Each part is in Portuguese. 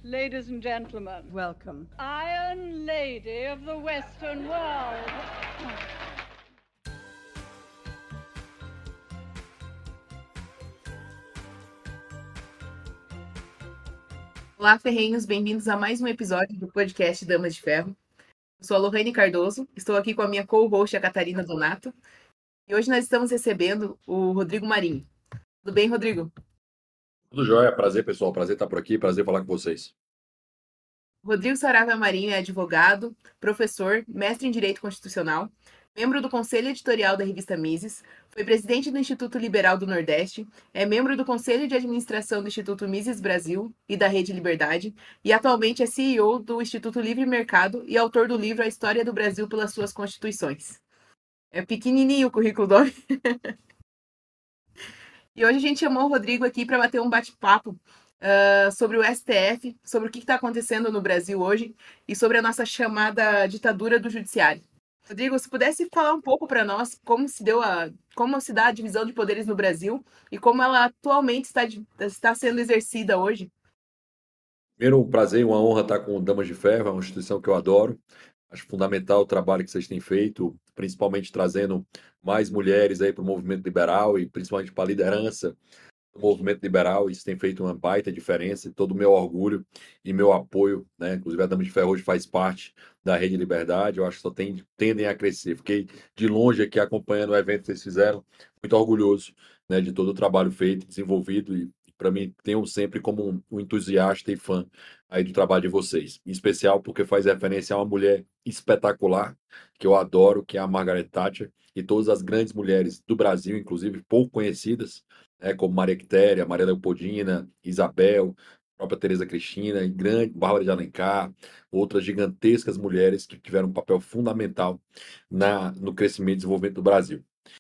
Ladies and gentlemen, welcome. Iron Lady of the Western World. Olá, ferrenhos, bem-vindos a mais um episódio do podcast Damas de Ferro. Eu sou a Lohane Cardoso, estou aqui com a minha co-host, a Catarina Donato, e hoje nós estamos recebendo o Rodrigo Marinho. Tudo bem, Rodrigo? Tudo jóia, prazer pessoal, prazer estar por aqui, prazer falar com vocês. Rodrigo Saravia Marinho é advogado, professor, mestre em Direito Constitucional, membro do Conselho Editorial da revista Mises, foi presidente do Instituto Liberal do Nordeste, é membro do Conselho de Administração do Instituto Mises Brasil e da Rede Liberdade, e atualmente é CEO do Instituto Livre Mercado e autor do livro A História do Brasil pelas Suas Constituições. É pequenininho o currículo do homem. E hoje a gente chamou o Rodrigo aqui para bater um bate-papo sobre o STF, sobre o que está acontecendo no Brasil hoje e sobre a nossa chamada ditadura do judiciário. Rodrigo, se pudesse falar um pouco para nós como se dá a divisão de poderes no Brasil e como ela atualmente está sendo exercida hoje. Primeiro, um prazer e uma honra estar com o Damas de Ferro, é uma instituição que eu adoro. Acho fundamental o trabalho que vocês têm feito, principalmente trazendo mais mulheres aí para o movimento liberal e principalmente para a liderança do movimento liberal. Isso tem feito uma baita diferença, e todo o meu orgulho e meu apoio, né? Inclusive a Damas de Ferro hoje faz parte da Rede Liberdade, eu acho que só tendem a crescer. Fiquei de longe aqui acompanhando o evento que vocês fizeram, muito orgulhoso, né, de todo o trabalho feito, desenvolvido, e para mim tenho sempre como um entusiasta e fã aí do trabalho de vocês, em especial porque faz referência a uma mulher espetacular, que eu adoro, que é a Margaret Thatcher, e todas as grandes mulheres do Brasil, inclusive pouco conhecidas, como Maria Quitéria, Maria Leopoldina, Isabel, a própria Tereza Cristina, e grande Bárbara de Alencar, outras gigantescas mulheres que tiveram um papel fundamental no crescimento e desenvolvimento do Brasil.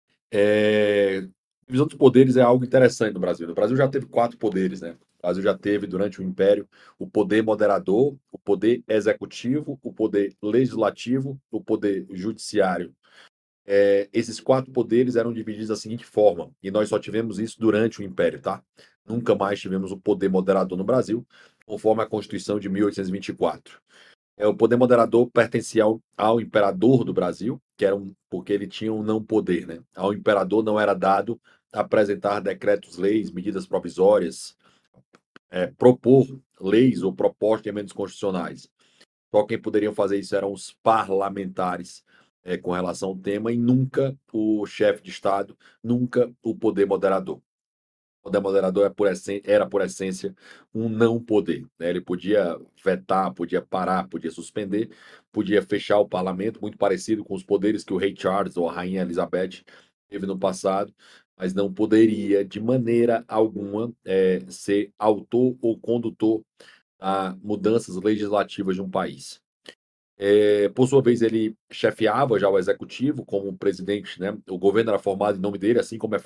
Divisão dos poderes é algo interessante no Brasil. No Brasil já teve 4 poderes, né? O Brasil já teve, durante o Império, o poder moderador, o poder executivo, o poder legislativo, o poder judiciário. Esses 4 poderes eram divididos da seguinte forma, e nós só tivemos isso durante o Império, tá? Nunca mais tivemos o poder moderador no Brasil, conforme a Constituição de 1824. O poder moderador pertencia ao imperador do Brasil, porque ele tinha um não poder, né? Ao imperador não era dado apresentar decretos-leis, medidas provisórias, propor leis ou propostas de emendas constitucionais. Só quem poderiam fazer isso eram os parlamentares, com relação ao tema, e nunca o chefe de Estado, nunca o poder moderador. O poder moderador era, por essência, um não poder, né? Ele podia vetar, podia parar, podia suspender, podia fechar o parlamento, muito parecido com os poderes que o rei Charles ou a rainha Elizabeth teve no passado, mas não poderia, de maneira alguma, ser autor ou condutor a mudanças legislativas de um país. Por sua vez, ele chefiava já o executivo como presidente, né? O governo era formado em nome dele, assim como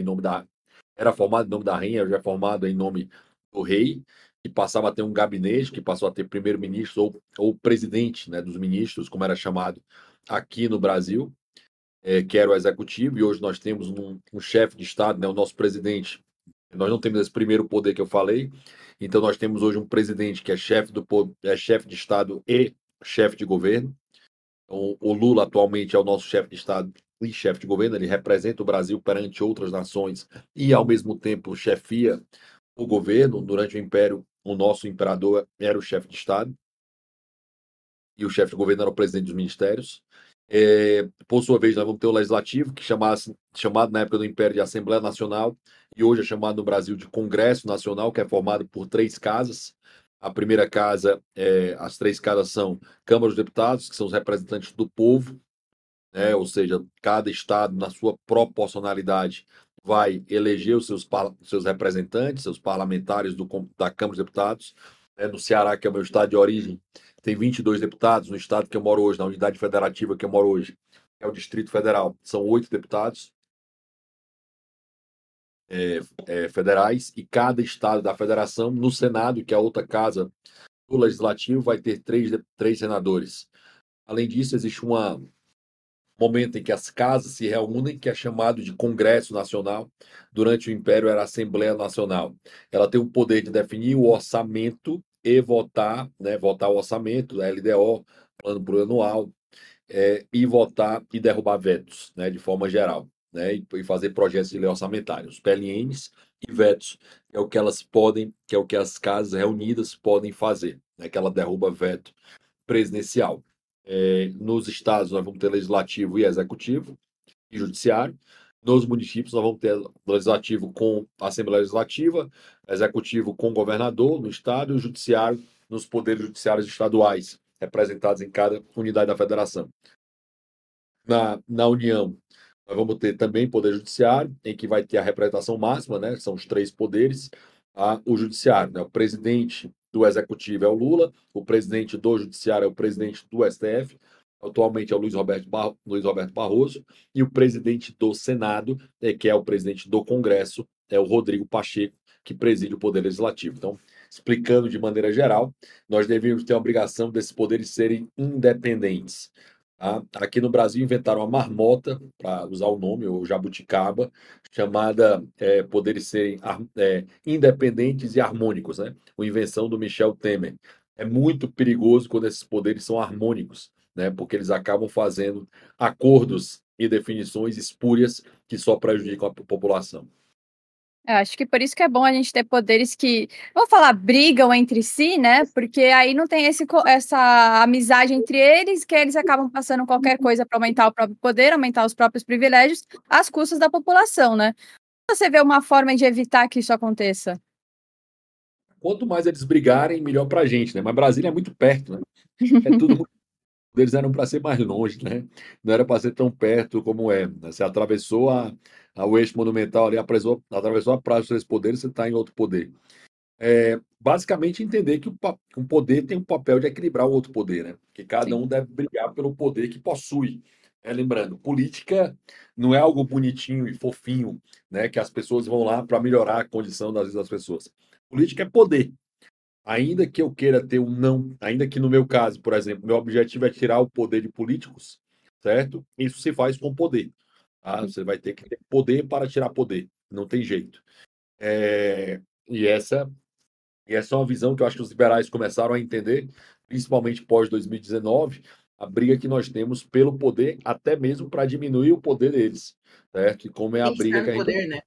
era formado em nome da rainha, já é formado em nome do rei, que passava a ter um gabinete, que passou a ter primeiro-ministro ou presidente, né, dos ministros, como era chamado aqui no Brasil, que era o executivo, e hoje nós temos um chefe de Estado, né, o nosso presidente. Nós não temos esse primeiro poder que eu falei, então nós temos hoje um presidente que é chefe de Estado e chefe de governo. Então, o Lula atualmente é o nosso chefe de Estado e chefe de governo, ele representa o Brasil perante outras nações e, ao mesmo tempo, chefia o governo. Durante o Império, o nosso imperador era o chefe de Estado e o chefe de governo era o presidente dos ministérios. Por sua vez, nós vamos ter o Legislativo, que chamado na época do Império de Assembleia Nacional, e hoje é chamado no Brasil de Congresso Nacional, que é formado por 3 casas. A primeira casa, as 3 casas são Câmara dos Deputados, que são os representantes do povo, né? Ou seja, cada estado, na sua proporcionalidade, vai eleger os seus representantes, seus parlamentares da Câmara dos Deputados. No Ceará, que é o meu estado de origem, tem 22 deputados. No estado que eu moro hoje, na unidade federativa que eu moro hoje, que é o Distrito Federal, são 8 deputados federais, e cada estado da federação, no Senado, que é a outra casa do Legislativo, vai ter 3 senadores. Além disso, existe um momento em que as casas se reúnem, que é chamado de Congresso Nacional. Durante o Império era a Assembleia Nacional. Ela tem o poder de definir o orçamento e votar, né, votar o orçamento, a LDO, plano plurianual, e votar e derrubar vetos, né, de forma geral, né, e fazer projetos de lei orçamentários, PLNs e vetos, que é o que elas podem, que é o que as casas reunidas podem fazer, né, que ela derruba veto presidencial. Nos estados nós vamos ter legislativo e executivo e judiciário. Nos municípios nós vamos ter legislativo com a Assembleia Legislativa, executivo com o governador no estado e o judiciário nos poderes judiciários estaduais, representados em cada unidade da federação. Na União, nós vamos ter também poder judiciário, em que vai ter a representação máxima, né? São os 3 poderes, o judiciário, né? O presidente do executivo é o Lula, o presidente do judiciário é o presidente do STF, atualmente é o Luiz Roberto Barroso, e o presidente do Senado, que é o presidente do Congresso, é o Rodrigo Pacheco, que preside o Poder Legislativo. Então, explicando de maneira geral, nós deveríamos ter a obrigação desses poderes serem independentes. Tá? Aqui no Brasil inventaram uma marmota, para usar o nome, o jabuticaba, chamada poderes serem independentes e harmônicos, né? Uma invenção do Michel Temer. É muito perigoso quando esses poderes são harmônicos, né? Porque eles acabam fazendo acordos e definições espúrias que só prejudicam a população. Eu acho que por isso que é bom a gente ter poderes que, vamos falar, brigam entre si, né? Porque aí não tem essa amizade entre eles, que eles acabam passando qualquer coisa para aumentar o próprio poder, aumentar os próprios privilégios, às custas da população, né? Você vê uma forma de evitar que isso aconteça? Quanto mais eles brigarem, melhor para a gente, né? Mas Brasília é muito perto, né? É tudo muito... Eles eram para ser mais longe, né? Não era para ser tão perto como é. Você atravessou o eixo monumental ali, atravessou a Praça dos Três Poderes, você está em outro poder. Basicamente, entender que um poder tem um papel de equilibrar o outro poder, né? Que cada um deve brigar pelo poder que possui. Lembrando, política não é algo bonitinho e fofinho, né? Que as pessoas vão lá para melhorar a condição das vidas das pessoas. Política é poder. Ainda que eu queira ter não, ainda que no meu caso, por exemplo, meu objetivo é tirar o poder de políticos, certo? Isso se faz com poder. Tá? Você vai ter que ter poder para tirar poder. Não tem jeito. E essa é uma visão que eu acho que os liberais começaram a entender, principalmente pós-2019, a briga que nós temos pelo poder, até mesmo para diminuir o poder deles, certo? E como é a briga que a gente... poder, né?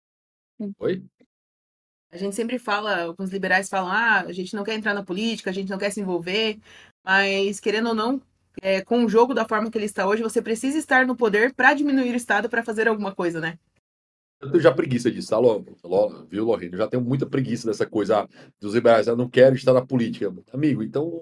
Oi? A gente sempre fala, alguns liberais falam, a gente não quer entrar na política, a gente não quer se envolver, mas querendo ou não, com o jogo da forma que ele está hoje, você precisa estar no poder para diminuir o Estado, para fazer alguma coisa, né? Eu tenho já preguiça disso, tá, viu, Lorena? Eu já tenho muita preguiça dessa coisa dos liberais. Eu não quero estar na política. Amigo, então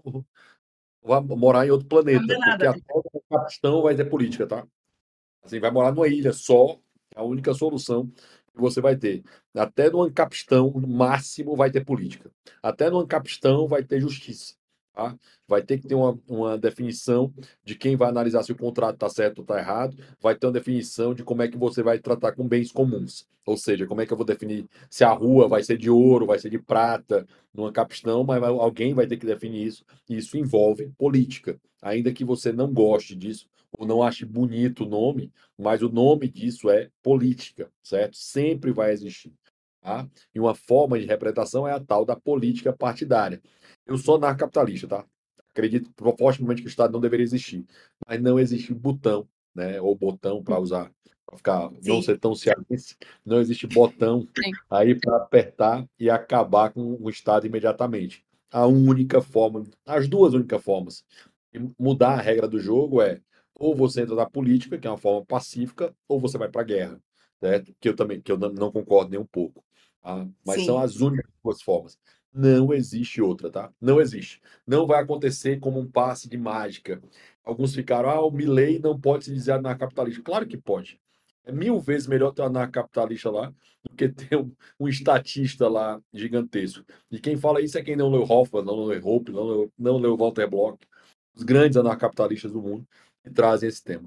vá morar em outro planeta, porque até o capistão vai ter política, tá? Assim, vai morar numa ilha só, é a única solução que você vai ter. Até no Ancapistão, no máximo, vai ter política. Até no Ancapistão vai ter justiça. Tá? Vai ter que ter uma definição de quem vai analisar se o contrato está certo ou está errado. Vai ter uma definição de como é que você vai tratar com bens comuns. Ou seja, como é que eu vou definir se a rua vai ser de ouro, vai ser de prata, no Ancapistão, mas alguém vai ter que definir isso. E isso envolve política. Ainda que você não goste disso, ou não ache bonito o nome, mas o nome disso é política, certo? Sempre vai existir. Tá? E uma forma de representação é a tal da política partidária. Eu sou anarcocapitalista, tá? Acredito fortemente que o Estado não deveria existir. Mas não existe botão, né? Ou botão para usar, para ficar, não ser tão cearense. Não existe botão aí para apertar e acabar com o Estado imediatamente. A única forma, as duas únicas formas de mudar a regra do jogo é ou você entra na política, que é uma forma pacífica, ou você vai para a guerra, certo? Que eu não concordo nem um pouco. Tá? Mas são as únicas duas formas. Não existe outra, tá? Não existe. Não vai acontecer como um passe de mágica. Alguns ficaram, o Milei não pode se dizer anarcocapitalista. Claro que pode. É 1000 vezes melhor ter um anarcocapitalista lá do que ter um estatista lá gigantesco. E quem fala isso é quem não leu Hoffman, não leu Hoppe, não leu Walter Block, os grandes anarcapitalistas do mundo que trazem esse tema.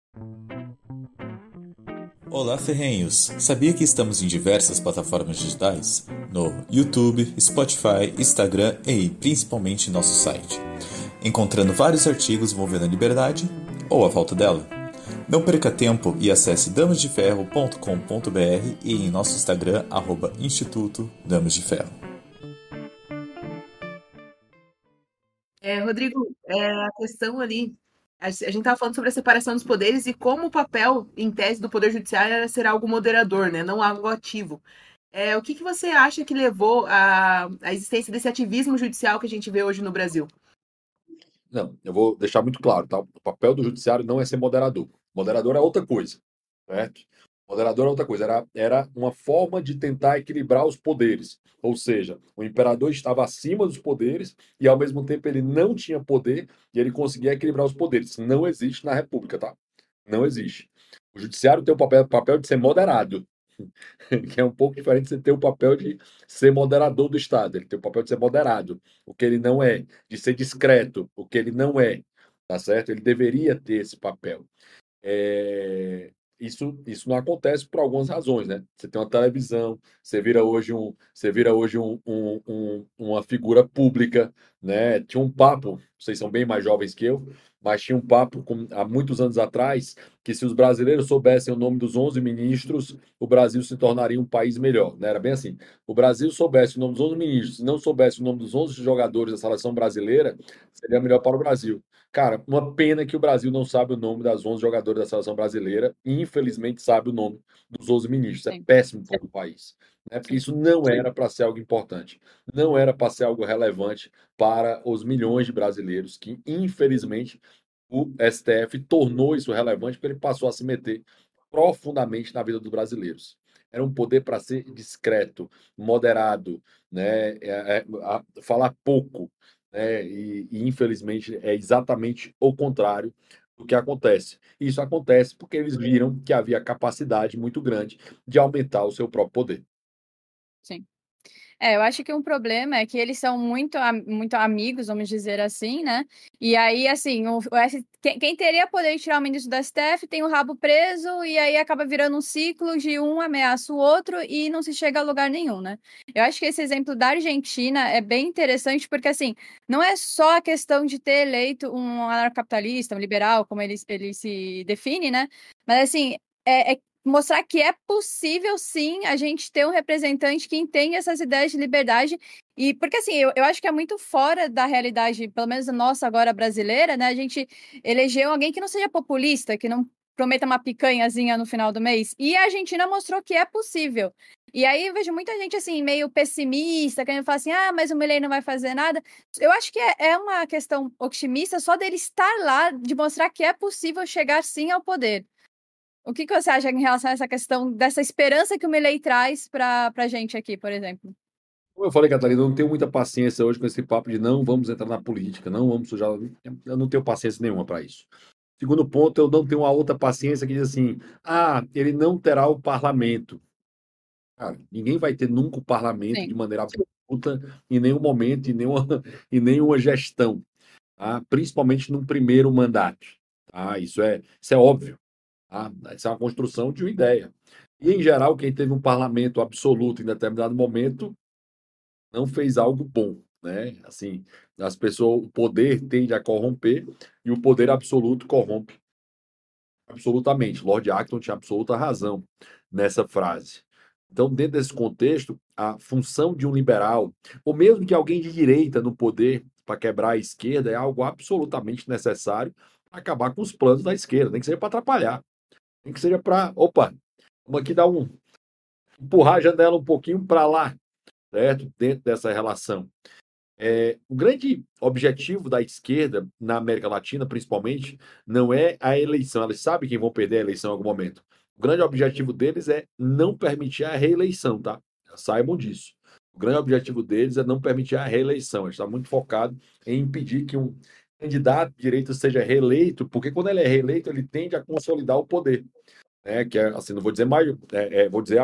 Olá, ferrenhos! Sabia que estamos em diversas plataformas digitais? No YouTube, Spotify, Instagram e principalmente nosso site, encontrando vários artigos envolvendo a liberdade ou a falta dela. Não perca tempo e acesse damasdeferro.com.br e em nosso Instagram, @Instituto Damas de Ferro. Rodrigo, a questão ali, a gente estava falando sobre a separação dos poderes e como o papel, em tese, do Poder Judiciário era ser algo moderador, né? Não algo ativo. O que que você acha que levou à existência desse ativismo judicial que a gente vê hoje no Brasil? Não, eu vou deixar muito claro, tá? O papel do judiciário não é ser moderador. Moderador é outra coisa, certo? Moderador é outra coisa. Era uma forma de tentar equilibrar os poderes. Ou seja, o imperador estava acima dos poderes e, ao mesmo tempo, ele não tinha poder e ele conseguia equilibrar os poderes. Não existe na República, tá? Não existe. O judiciário tem o papel de ser moderado, que é um pouco diferente de você ter o papel de ser moderador do Estado. Ele tem o papel de ser moderado, o que ele não é, de ser discreto, o que ele não é, tá certo? Ele deveria ter esse papel. É, isso não acontece por algumas razões, né? Você tem uma televisão, você vira hoje uma figura pública, né? Tinha um papo, vocês são bem mais jovens que eu, mas tinha um papo há muitos anos atrás que se os brasileiros soubessem o nome dos 11 ministros, o Brasil se tornaria um país melhor, né? Era bem assim. O Brasil soubesse o nome dos 11 ministros, se não soubesse o nome dos 11 jogadores da seleção brasileira, seria melhor para o Brasil. Cara, uma pena que o Brasil não sabe o nome das 11 jogadoras da seleção brasileira e, infelizmente, sabe o nome dos 11 ministros. É Sim. péssimo para o país, né? Porque Sim. isso não era para ser algo importante, não era para ser algo relevante para os milhões de brasileiros que, infelizmente, o STF tornou isso relevante porque ele passou a se meter profundamente na vida dos brasileiros. Era um poder para ser discreto, moderado, né? Falar pouco, né? E, infelizmente é exatamente o contrário do que acontece. Isso acontece porque eles viram que havia capacidade muito grande de aumentar o seu próprio poder. Sim. Eu acho que um problema é que eles são muito amigos, vamos dizer assim, né? E aí, assim, quem teria poder de tirar o ministro do STF tem o rabo preso e aí acaba virando um ciclo de um ameaça o outro e não se chega a lugar nenhum, né? Eu acho que esse exemplo da Argentina é bem interessante porque, assim, não é só a questão de ter eleito um anarcocapitalista, um liberal, como ele se define, né? Mas, assim, é mostrar que é possível, sim, a gente ter um representante que entende essas ideias de liberdade. E porque, assim, eu acho que é muito fora da realidade, pelo menos a nossa agora brasileira, né? A gente elegeu alguém que não seja populista, que não prometa uma picanhazinha no final do mês. E a Argentina mostrou que é possível. E aí eu vejo muita gente, assim, meio pessimista, querendo falar assim, mas o Milei não vai fazer nada. Eu acho que é uma questão otimista só dele estar lá, de mostrar que é possível chegar, sim, ao poder. O que você acha em relação a essa questão dessa esperança que o Milei traz para a gente aqui, por exemplo? Como eu falei, Catarina, eu não tenho muita paciência hoje com esse papo de não vamos entrar na política, não vamos sujar. Eu não tenho paciência nenhuma para isso. Segundo ponto, eu não tenho uma outra paciência que diz assim: ele não terá o parlamento. Cara, ninguém vai ter nunca o parlamento de Sim. maneira absoluta, em nenhum momento, em nenhuma gestão, tá? Principalmente num primeiro mandato. Tá? Isso é óbvio. Tá? Isso é uma construção de uma ideia. E, em geral, quem teve um parlamento absoluto em determinado momento não fez algo bom, né? Assim, as pessoas, o poder tende a corromper e o poder absoluto corrompe absolutamente. Lord Acton tinha absoluta razão nessa frase. Então, dentro desse contexto, a função de um liberal, ou mesmo de alguém de direita no poder para quebrar a esquerda, é algo absolutamente necessário para acabar com os planos da esquerda, nem que seja para atrapalhar, nem que seja para, opa, vamos aqui dar empurrar a janela um pouquinho para lá, certo? Dentro dessa relação. O grande objetivo da esquerda, na América Latina, principalmente, não é a eleição. Elas sabem que vão perder a eleição em algum momento. O grande objetivo deles é não permitir a reeleição, tá? Saibam disso. O grande objetivo deles é não permitir a reeleição. Eles estão muito focados em impedir que um candidato de direita seja reeleito, porque quando ele é reeleito, ele tende a consolidar o poder. Que é, assim, não vou dizer vou dizer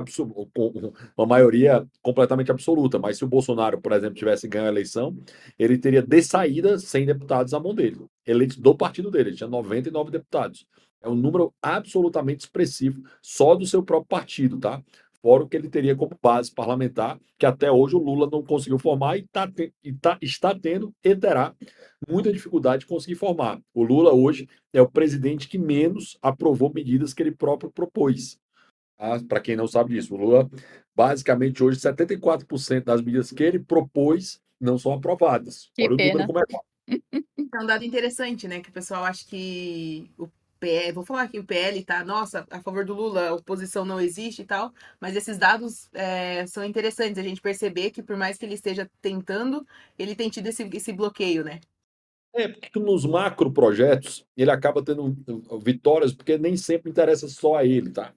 uma maioria completamente absoluta, mas se o Bolsonaro, por exemplo, tivesse ganho a eleição, ele teria de saída 100 deputados à mão dele, eleitos do partido dele, ele tinha 99 deputados. É um número absolutamente expressivo só do seu próprio partido, tá? Fora o que ele teria como base parlamentar, que até hoje o Lula não conseguiu formar está tendo e terá muita dificuldade de conseguir formar. O Lula hoje é o presidente que menos aprovou medidas que ele próprio propôs. Para quem não sabe disso, o Lula, basicamente, hoje, 74% das medidas que ele propôs não são aprovadas. Que Olha o número pena. como é É um dado interessante, né? Que o pessoal acha que o PL, vou falar que o PL tá, nossa, a favor do Lula, a oposição não existe e tal, mas esses dados são interessantes, a gente perceber que por mais que ele esteja tentando, ele tem tido esse bloqueio, né? Porque nos macro projetos ele acaba tendo vitórias, porque nem sempre interessa só a ele, tá?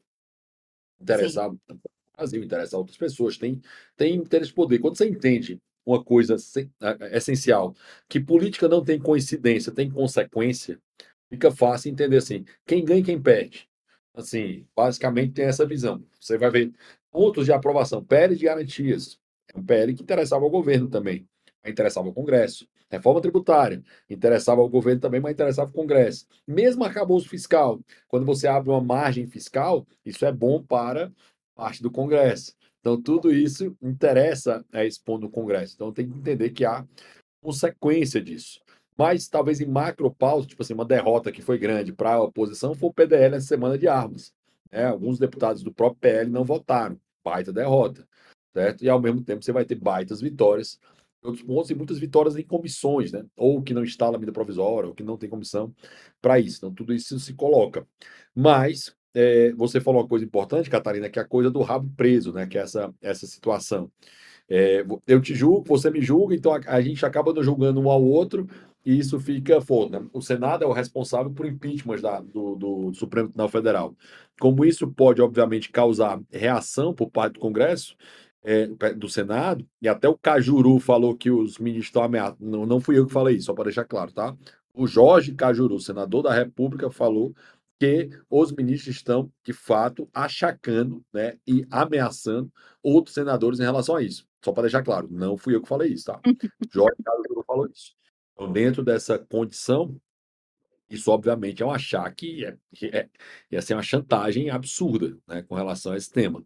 Sim, Interessar o Brasil, interessar outras pessoas, tem interesse de poder. Quando você entende uma coisa essencial, que política não tem coincidência, tem consequência, fica fácil entender assim, quem ganha e quem perde. Assim, basicamente tem essa visão. Você vai ver pontos de aprovação, PL de garantias. É um PL que interessava ao governo também, mas interessava ao Congresso. Reforma tributária, interessava ao governo também, mas interessava ao Congresso. Mesmo arcabouço fiscal, quando você abre uma margem fiscal, isso é bom para parte do Congresso. Então, tudo isso interessa expor no Congresso. Então, tem que entender que há consequência disso. Mas talvez em macro pauta, tipo assim, uma derrota que foi grande para a oposição foi o PDL na semana de armas. Né? Alguns deputados do próprio PL não votaram. Baita derrota. Certo? E ao mesmo tempo você vai ter baitas vitórias em outros pontos e muitas vitórias em comissões, né? Ou que não instala a medida provisória, ou que não tem comissão para isso. Então, tudo isso se coloca. Mas você falou uma coisa importante, Catarina, que é a coisa do rabo preso, né? Que é essa situação. Eu te julgo, você me julga, então a gente acaba nos julgando um ao outro e isso fica foda, né? O Senado é o responsável por impeachment do Supremo Tribunal Federal. Como isso pode, obviamente, causar reação por parte do Congresso, do Senado, e até o Cajuru falou que os ministros estão ameaçados. Não, não fui eu que falei isso, só para deixar claro, tá? O Jorge Cajuru, senador da República, falou que os ministros estão, de fato, achacando, né, e ameaçando outros senadores em relação a isso. Só para deixar claro, não fui eu que falei isso, tá? Jorge Cajuru falou isso. Então, dentro dessa condição, isso obviamente é um achaque, ia ser uma chantagem absurda, né, com relação a esse tema.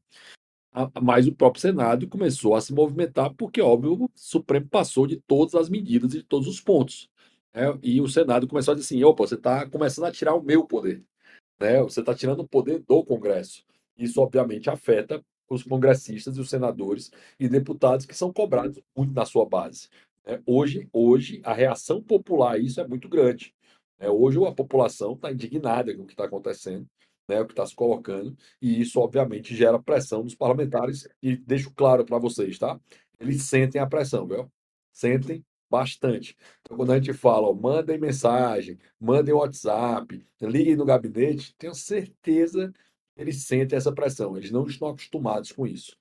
Mas o próprio Senado começou a se movimentar porque, óbvio, o Supremo passou de todas as medidas e de todos os pontos. Né? E o Senado começou a dizer assim: opa, você está começando a tirar o meu poder. Né? Você está tirando o poder do Congresso. Isso, obviamente, afeta os congressistas e os senadores e deputados que são cobrados muito na sua base. Né? Hoje, a reação popular a isso é muito grande. Né? Hoje, a população está indignada com o que está acontecendo, né? O que está se colocando, e isso, obviamente, gera pressão dos parlamentares. E deixo claro para vocês, tá? Eles sentem a pressão, viu? Sentem bastante. Então, quando a gente fala, ó, mandem mensagem, mandem WhatsApp, liguem no gabinete, tenho certeza que eles sentem essa pressão. Eles não estão acostumados com isso.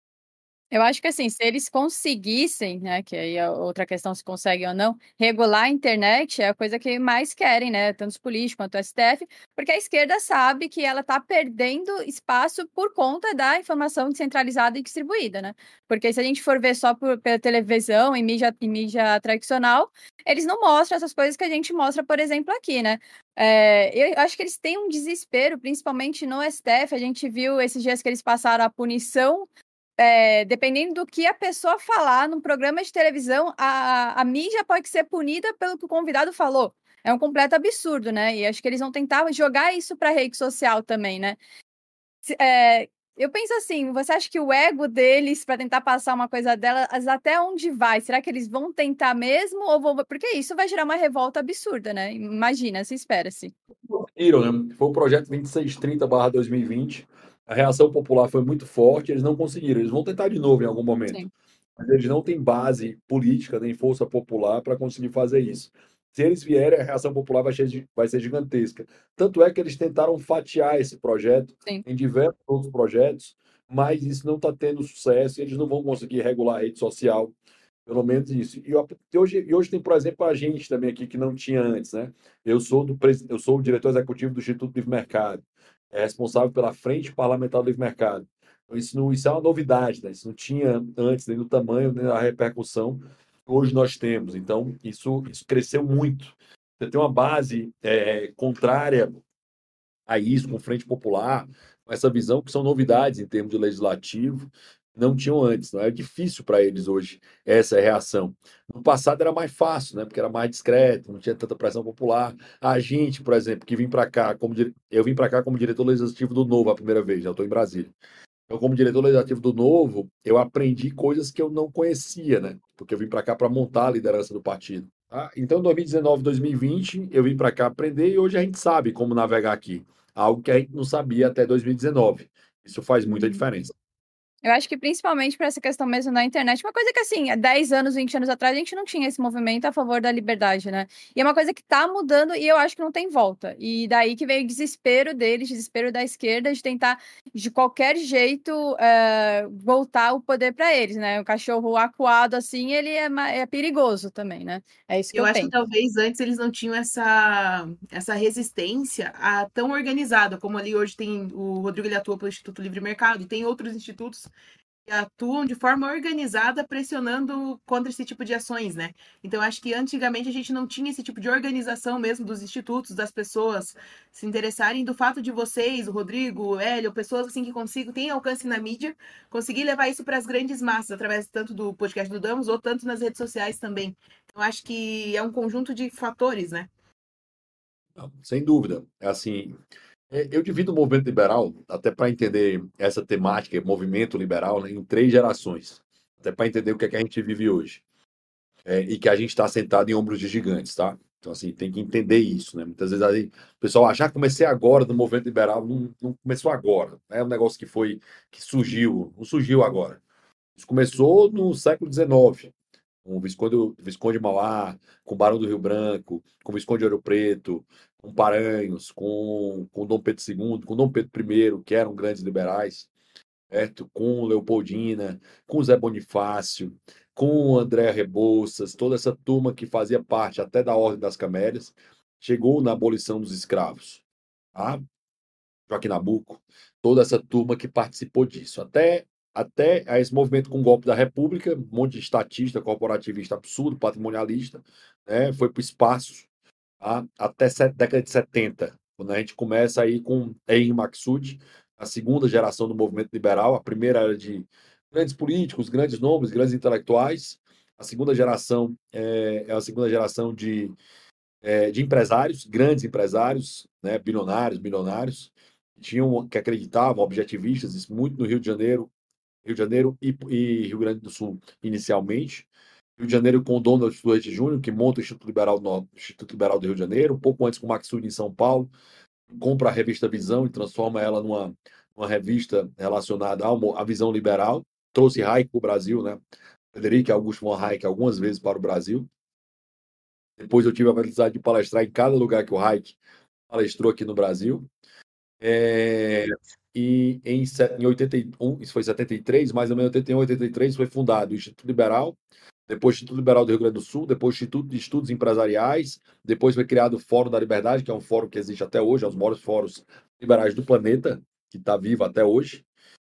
Eu acho que assim, se eles conseguissem, né, que aí é outra questão se conseguem ou não, regular a internet é a coisa que mais querem, né, tanto os políticos quanto o STF, porque a esquerda sabe que ela está perdendo espaço por conta da informação descentralizada e distribuída, né? Porque se a gente for ver só pela televisão e mídia tradicional, eles não mostram essas coisas que a gente mostra, por exemplo, aqui, né? Eu acho que eles têm um desespero, principalmente no STF. A gente viu esses dias que eles passaram a punição dependendo do que a pessoa falar num programa de televisão, a mídia pode ser punida pelo que o convidado falou. É um completo absurdo, né? E acho que eles vão tentar jogar isso para a rede social também, né? Eu penso assim, você acha que o ego deles para tentar passar uma coisa delas até onde vai? Será que eles vão tentar mesmo ou vão... Porque isso vai gerar uma revolta absurda, né? Imagina, se espera-se. Conseguiram, né? Foi o projeto 2630/2020. A reação popular foi muito forte, eles não conseguiram. Eles vão tentar de novo em algum momento. Sim. Mas eles não têm base política nem força popular para conseguir fazer isso. Se eles vierem, a reação popular vai ser gigantesca. Tanto é que eles tentaram fatiar esse projeto Sim. em diversos outros projetos, mas isso não está tendo sucesso e eles não vão conseguir regular a rede social, pelo menos isso. E hoje tem, por exemplo, a gente também aqui que não tinha antes, né? Eu sou o diretor executivo do Instituto Livre Mercado, responsável pela Frente Parlamentar do Livre Mercado. Então, isso é uma novidade, né? Isso não tinha antes, nem no tamanho, nem na repercussão que hoje nós temos. Então, isso cresceu muito. Você tem uma base contrária a isso, com Frente Popular, com essa visão que são novidades em termos de legislativo, não tinham antes. Não é difícil para eles hoje essa reação. No passado era mais fácil, né? Porque era mais discreto, não tinha tanta pressão popular. A gente, por exemplo, que vim para cá, eu vim para cá como diretor legislativo do Novo a primeira vez, já estou em Brasília. Eu, como diretor legislativo do Novo, eu aprendi coisas que eu não conhecia, né? Porque eu vim para cá para montar a liderança do partido. Tá? Então, 2019, 2020, eu vim para cá aprender e hoje a gente sabe como navegar aqui. Algo que a gente não sabia até 2019. Isso faz muita Uhum. diferença. Eu acho que principalmente para essa questão mesmo na internet, uma coisa que assim, há 10 anos, 20 anos atrás, a gente não tinha esse movimento a favor da liberdade, né? E é uma coisa que tá mudando e eu acho que não tem volta. E daí que veio o desespero deles, desespero da esquerda, de tentar, de qualquer jeito, voltar o poder para eles, né? O cachorro acuado, assim, ele é perigoso também, né? É isso que Eu eu acho que penso. talvez antes eles não tinham essa resistência tão organizada, como ali hoje tem o Rodrigo, ele atua pelo Instituto Livre Mercado, e tem outros institutos que atuam de forma organizada, pressionando contra esse tipo de ações, né? Então, acho que antigamente a gente não tinha esse tipo de organização mesmo dos institutos, das pessoas se interessarem do fato de vocês, o Rodrigo, o Hélio, pessoas assim que consigam, têm alcance na mídia, conseguir levar isso para as grandes massas, através tanto do podcast do Damos, ou tanto nas redes sociais também. Então, acho que é um conjunto de fatores, né? Não, sem dúvida. É assim, eu divido o movimento liberal, até para entender essa temática, movimento liberal, né, em 3 gerações. Até para entender o que a gente vive hoje. E que a gente está sentado em ombros de gigantes, tá? Então, assim, tem que entender isso, né? Muitas vezes aí, o pessoal acha, comecei agora no movimento liberal, não começou agora. É um negócio que surgiu, não surgiu agora. Isso começou no século XIX, com o Visconde de Mauá, com o Barão do Rio Branco, com o Visconde de Ouro Preto, com Paranhos, com Dom Pedro II, com Dom Pedro I, que eram grandes liberais, certo? Com Leopoldina, com Zé Bonifácio, com André Rebouças, toda essa turma que fazia parte até da Ordem das Camélias, chegou na abolição dos escravos, tá? Joaquim Nabuco, toda essa turma que participou disso, até a esse movimento com o golpe da República, um monte de estatista, corporativista absurdo, patrimonialista, né? Foi para o espaço, tá? Até década de 70, quando a gente começa aí com Henri Maxud, a segunda geração do movimento liberal. A primeira era de grandes políticos, grandes nomes, grandes intelectuais. A segunda geração é a segunda geração de empresários, grandes empresários, né, bilionários, milionários, que acreditavam, objetivistas, isso muito no Rio de Janeiro e Rio Grande do Sul inicialmente. Rio de Janeiro com o Donald Stewart Júnior, que monta o Instituto Liberal do Rio de Janeiro, um pouco antes com o Maxud em São Paulo, compra a revista Visão e transforma ela numa revista relacionada à visão liberal. Trouxe Hayek para o Brasil, né? Frederic Augusto von Hayek algumas vezes para o Brasil. Depois eu tive a felicidade de palestrar em cada lugar que o Hayek palestrou aqui no Brasil. E em 81, isso foi 73, mais ou menos 81, 83, foi fundado o Instituto Liberal, depois o Instituto Liberal do Rio Grande do Sul, depois o Instituto de Estudos Empresariais, depois foi criado o Fórum da Liberdade, que é um fórum que existe até hoje, é um dos maiores fóruns liberais do planeta, que está vivo até hoje.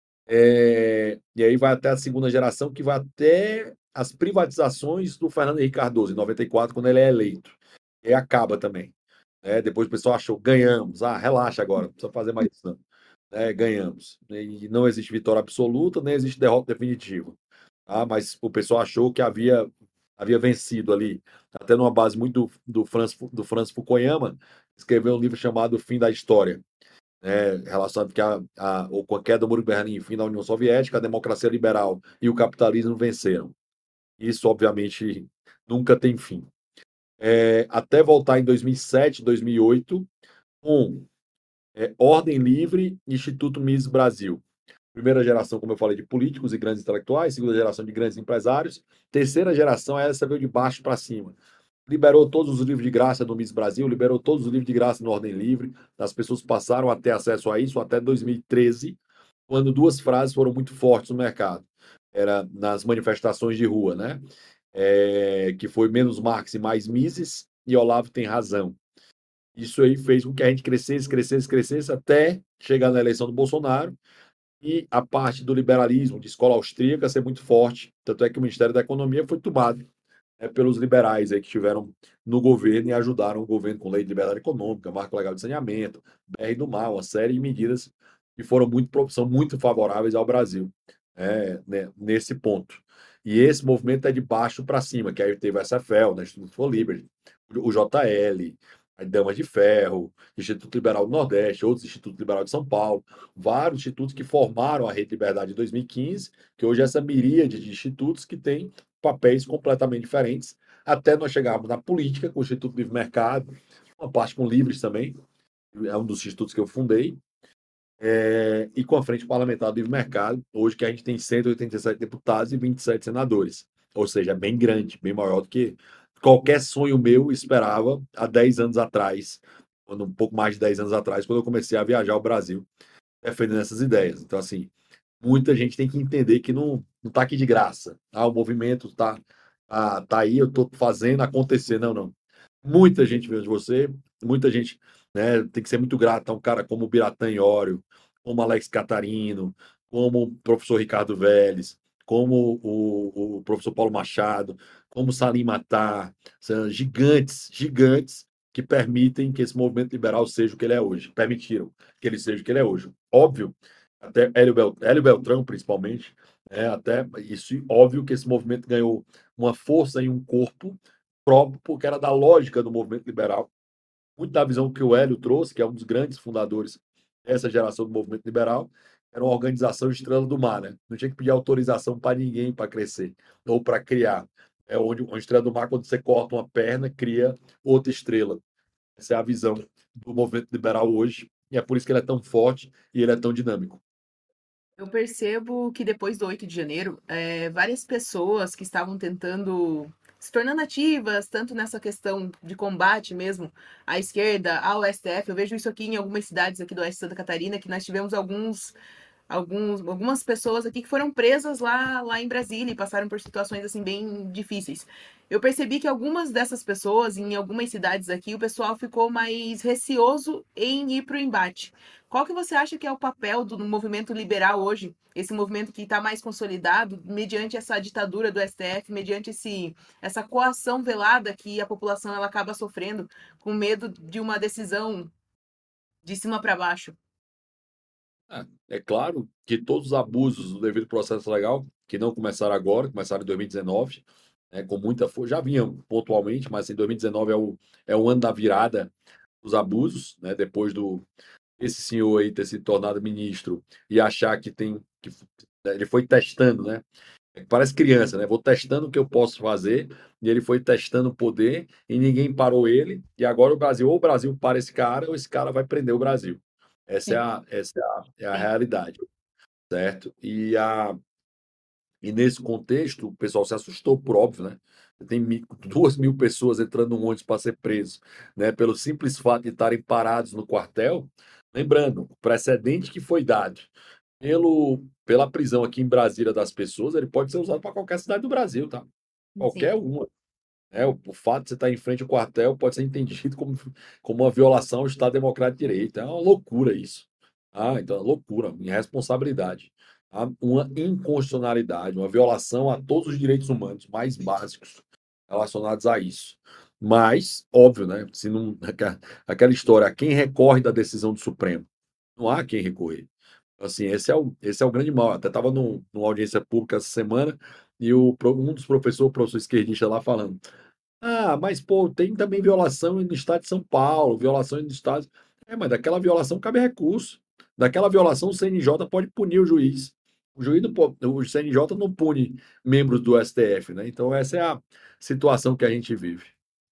E aí vai até a segunda geração, que vai até as privatizações do Fernando Henrique Cardoso, em 94, quando ele é eleito. E aí acaba também. Depois o pessoal achou, ganhamos. Relaxa agora, não precisa fazer mais isso, não. Ganhamos. E não existe vitória absoluta, nem existe derrota definitiva. Mas o pessoal achou que havia vencido ali. Até numa base muito do Francis Fukuyama, escreveu um livro chamado O Fim da História, relacionado com a queda do Muro de Berlim, fim da União Soviética, a democracia liberal e o capitalismo venceram. Isso, obviamente, nunca tem fim. Até voltar em 2007, 2008, com Ordem Livre e Instituto Mises Brasil. Primeira geração, como eu falei, de políticos e grandes intelectuais, segunda geração de grandes empresários, terceira geração, essa veio de baixo para cima. Liberou todos os livros de graça do Miss Brasil, liberou todos os livros de graça no Ordem Livre, as pessoas passaram a ter acesso a isso até 2013, quando duas frases foram muito fortes no mercado. Era nas manifestações de rua, né? Que foi menos Marx e mais Mises, e Olavo tem razão. Isso aí fez com que a gente crescesse até chegar na eleição do Bolsonaro, e a parte do liberalismo, de escola austríaca, ser muito forte. Tanto é que o Ministério da Economia foi tomado pelos liberais aí que estiveram no governo e ajudaram o governo com lei de liberdade econômica, marco legal de saneamento, BR do Mar, uma série de medidas que são muito favoráveis ao Brasil, né, nesse ponto. E esse movimento é de baixo para cima, que aí teve a SFL, né, Instituto for Liberty, o JL, a Damas de Ferro, Instituto Liberal do Nordeste, outros Institutos Liberal de São Paulo, vários institutos que formaram a Rede Liberdade em 2015, que hoje é essa miríade de institutos que tem papéis completamente diferentes, até nós chegarmos na política, com o Instituto Livre Mercado, uma parte com Livres também, é um dos institutos que eu fundei, e com a Frente Parlamentar do Livre Mercado, hoje que a gente tem 187 deputados e 27 senadores. Ou seja, é bem grande, bem maior do que qualquer sonho meu esperava há 10 anos atrás, quando um pouco mais de 10 anos atrás, quando eu comecei a viajar ao Brasil, defendendo essas ideias. Então, assim, muita gente tem que entender que não está aqui de graça. O movimento tá aí, eu estou fazendo acontecer. Não, não. Muita gente veio de você, muita gente, né, tem que ser muito grato a um cara como o Biratã Iório, como Alex Catarino, como o professor Ricardo Vélez, como o professor Paulo Machado, como Salim Matar, são gigantes, gigantes que permitem que esse movimento liberal seja o que ele é hoje, permitiram que ele seja o que ele é hoje. Óbvio, até Hélio Beltrão, principalmente, até isso, óbvio que esse movimento ganhou uma força e um corpo próprio, porque era da lógica do movimento liberal, muito da visão que o Hélio trouxe, que é um dos grandes fundadores dessa geração do movimento liberal, era uma organização estrela do mar, né? Não tinha que pedir autorização para ninguém para crescer ou para criar. É onde uma estrela do mar, quando você corta uma perna, cria outra estrela. Essa é a visão do movimento liberal hoje, e é por isso que ele é tão forte e ele é tão dinâmico. Eu percebo que depois do 8 de janeiro, várias pessoas que estavam tentando se tornando ativas, tanto nessa questão de combate mesmo à esquerda, ao STF, eu vejo isso aqui em algumas cidades aqui do oeste de Santa Catarina, que nós tivemos algumas pessoas aqui que foram presas lá em Brasília e passaram por situações assim bem difíceis. Eu percebi que algumas dessas pessoas, em algumas cidades aqui, o pessoal ficou mais receoso em ir para o embate. Qual que você acha que é o papel do movimento liberal hoje? Esse movimento que está mais consolidado mediante essa ditadura do STF, mediante essa coação velada que a população ela acaba sofrendo com medo de uma decisão de cima para baixo. É claro que todos os abusos do devido processo legal, que não começaram agora, começaram em 2019, com muita força, já vinham pontualmente, mas em 2019 é o ano da virada dos abusos, né, depois esse senhor aí ter se tornado ministro e achar ele foi testando, né? Parece criança, né? Vou testando o que eu posso fazer, e ele foi testando o poder e ninguém parou ele. E agora ou o Brasil para esse cara, ou esse cara vai prender o Brasil. Essa é a realidade, certo? E nesse contexto, o pessoal se assustou, por óbvio, né? Tem 2.000 pessoas entrando no ônibus para ser preso, né? Pelo simples fato de estarem parados no quartel. Lembrando, o precedente que foi dado pela prisão aqui em Brasília das pessoas, ele pode ser usado para qualquer cidade do Brasil, tá? Qualquer uma. O fato de você estar em frente ao quartel pode ser entendido como uma violação ao Estado Democrático de Direito. É uma loucura isso. Então, é uma loucura, irresponsabilidade. Uma inconstitucionalidade, uma violação a todos os direitos humanos mais básicos relacionados a isso. Mas, óbvio, né? Se não, aquela história, quem recorre da decisão do Supremo? Não há quem recorrer. Assim, esse é o grande mal. Até estava numa audiência pública essa semana e um dos professores, o professor esquerdista lá falando: mas pô, tem também violação no estado de São Paulo, violações no estado. Mas daquela violação cabe recurso. Daquela violação o CNJ pode punir o juiz. O juiz não pode, o CNJ não pune membros do STF, né? Então essa é a situação que a gente vive.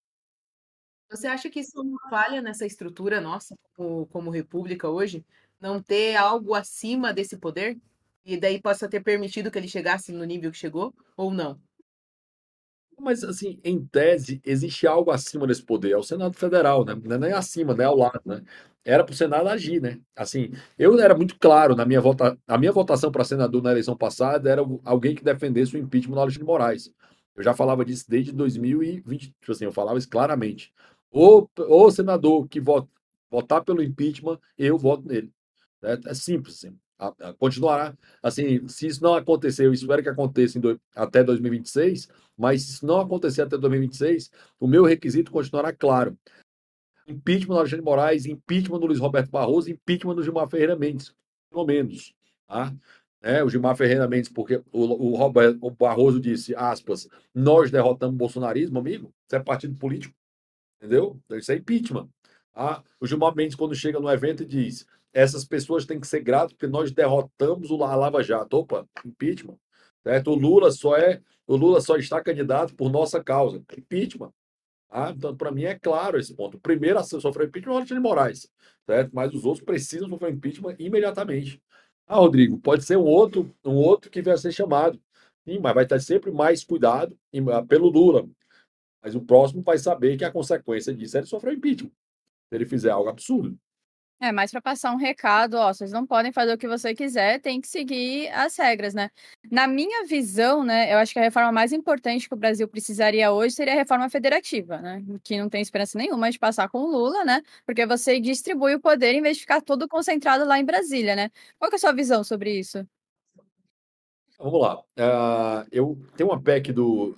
Você acha que isso é uma falha nessa estrutura nossa, como república hoje? Não ter algo acima desse poder? E daí possa ter permitido que ele chegasse no nível que chegou? Ou não? Mas, assim, em tese, existe algo acima desse poder, é o Senado Federal, né? Não é nem acima, né? Ao lado, né? Era para o Senado agir, né? Assim, eu era muito claro a minha votação para senador na eleição passada era alguém que defendesse o impeachment do Alexandre de Moraes. Eu já falava disso desde 2020, tipo assim, eu falava isso claramente. O senador que votar pelo impeachment, eu voto nele. É simples, assim. Continuará. Assim, se isso não acontecer, eu espero que aconteça até 2026, mas se não acontecer até 2026, o meu requisito continuará claro. Impeachment do Alexandre de Moraes, impeachment do Luiz Roberto Barroso, impeachment do Gilmar Ferreira Mendes, pelo menos. Tá? O Gilmar Ferreira Mendes, porque o Barroso disse, aspas, nós derrotamos o bolsonarismo, amigo, isso é partido político, entendeu? Isso é impeachment. O Gilmar Mendes, quando chega no evento, diz, essas pessoas têm que ser gratas porque nós derrotamos a Lava Jato. Opa, impeachment. Certo? O Lula só é O Lula só está candidato por nossa causa, impeachment. Então, para mim, é claro esse ponto. O primeiro a sofrer impeachment é o Alexandre de Moraes, certo? Mas os outros precisam sofrer impeachment imediatamente. Rodrigo, pode ser um outro que vai ser chamado. Sim, mas vai ter sempre mais cuidado pelo Lula. Mas o próximo vai saber que a consequência disso é ele sofrer impeachment. Se ele fizer algo absurdo. É mais para passar um recado, ó, vocês não podem fazer o que você quiser, tem que seguir as regras, né? Na minha visão, né, eu acho que a reforma mais importante que o Brasil precisaria hoje seria a reforma federativa, né? Que não tem esperança nenhuma de passar com o Lula, né? Porque você distribui o poder em vez de ficar todo concentrado lá em Brasília, né? Qual que é a sua visão sobre isso? Vamos lá. Eu tenho uma PEC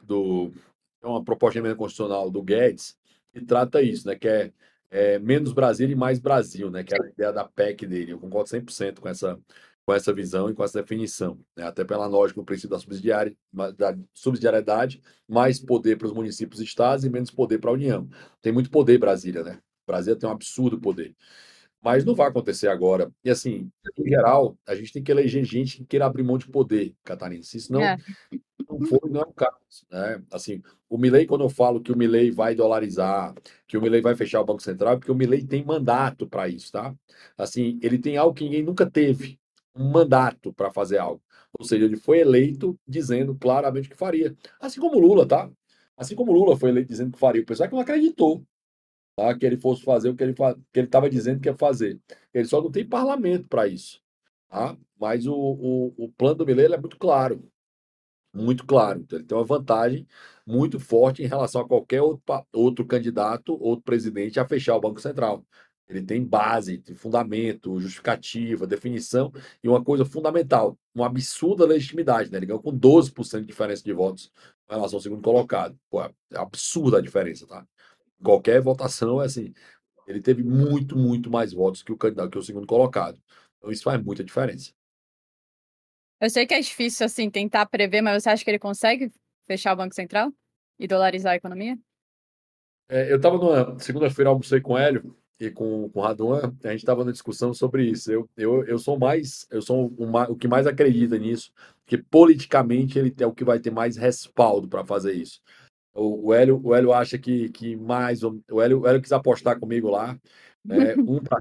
é uma proposta de emenda constitucional do Guedes que trata isso, né? Que é menos Brasília e mais Brasil, né? Que é a ideia da PEC dele. Eu concordo 100% com essa visão e com essa definição, né? Até pela lógica do princípio da subsidiariedade, mais poder para os municípios e estados e menos poder para a União. Tem muito poder Brasília, né? Brasília tem um absurdo poder. Mas não vai acontecer agora. E assim, em geral, a gente tem que eleger gente que queira abrir mão de poder, Catarina. Se isso É. não for, não é o caso, né? Assim, o Milei, quando eu falo que o Milei vai dolarizar, que o Milei vai fechar o Banco Central, é porque o Milei tem mandato para isso, tá? Assim, ele tem algo que ninguém nunca teve, um mandato para fazer algo. Ou seja, ele foi eleito dizendo claramente o que faria. Assim como o Lula, tá? Assim como o Lula foi eleito dizendo que faria. O pessoal que não acreditou, tá? Que ele fosse fazer o que ele estava dizendo que ia fazer. Ele só não tem parlamento para isso, tá? Mas o plano do Milei ele é muito claro. Muito claro. Então, ele tem uma vantagem muito forte em relação a qualquer outro candidato, outro presidente a fechar o Banco Central. Ele tem base, tem fundamento, justificativa, definição e uma coisa fundamental, uma absurda legitimidade, né? Ele ganhou com 12% de diferença de votos em relação ao segundo colocado. Pô, é absurda a diferença, tá? Qualquer votação é assim. Ele teve muito, muito mais votos que o candidato, que o segundo colocado. Então, isso faz muita diferença. Eu sei que é difícil, assim, tentar prever, mas você acha que ele consegue fechar o Banco Central e dolarizar a economia? Eu estava numa segunda-feira, almocei com o Hélio e com o Raduan, a gente estava na discussão sobre isso. Eu sou o que mais acredita nisso, porque politicamente ele é o que vai ter mais respaldo para fazer isso. O Hélio acha que mais. O Hélio quis apostar comigo lá, né,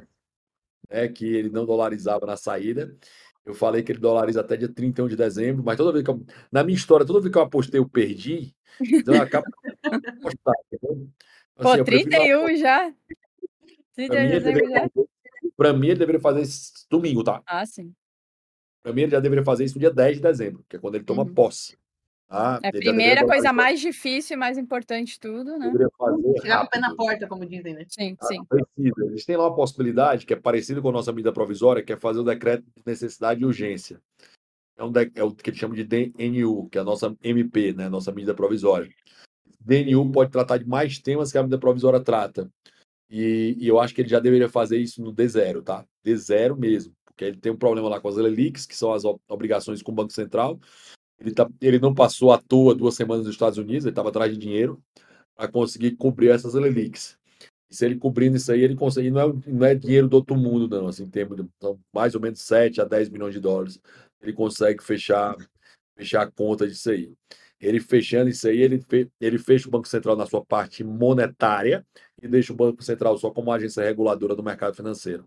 que ele não dolarizava na saída. Eu falei que ele dolariza até dia 31 de dezembro, mas na minha história, toda vez que eu apostei, eu perdi. Então eu acabo de apostar, entendeu? Assim, Pô, eu prefiro não 31 já? Para 31 mim, de dezembro já? ele deveria fazer isso domingo, tá? Ah, sim. Para mim, ele já deveria fazer isso no dia 10 de dezembro, que é quando ele toma Uhum. posse. Tá? É, Ele já deveria primeira coisa dolarizar, mais difícil e mais importante de tudo, né? deveria fazer Chegar com o pé na rápido. porta, como dizem, né? Sim, Tá? sim. Precisa. Eles têm lá uma possibilidade que é parecida com a nossa medida provisória, que é fazer o decreto de necessidade e urgência. É o que eles chamam de DNU, que é a nossa MP, né? Nossa medida provisória. DNU pode tratar de mais temas que a medida provisória trata. E eu acho que ele já deveria fazer isso no D0, tá? D0 mesmo. Porque ele tem um problema lá com as LELICs, que são as obrigações com o Banco Central. Ele não passou à toa 2 semanas nos Estados Unidos, ele estava atrás de dinheiro para conseguir cobrir essas LELICs. E se ele cobrindo isso aí, ele consegue. Não é dinheiro do outro mundo, não. Assim, em termos de são mais ou menos 7 a 10 milhões de dólares. Ele consegue fechar a conta disso aí. Ele fechando isso aí, ele fecha o Banco Central na sua parte monetária e deixa o Banco Central só como agência reguladora do mercado financeiro,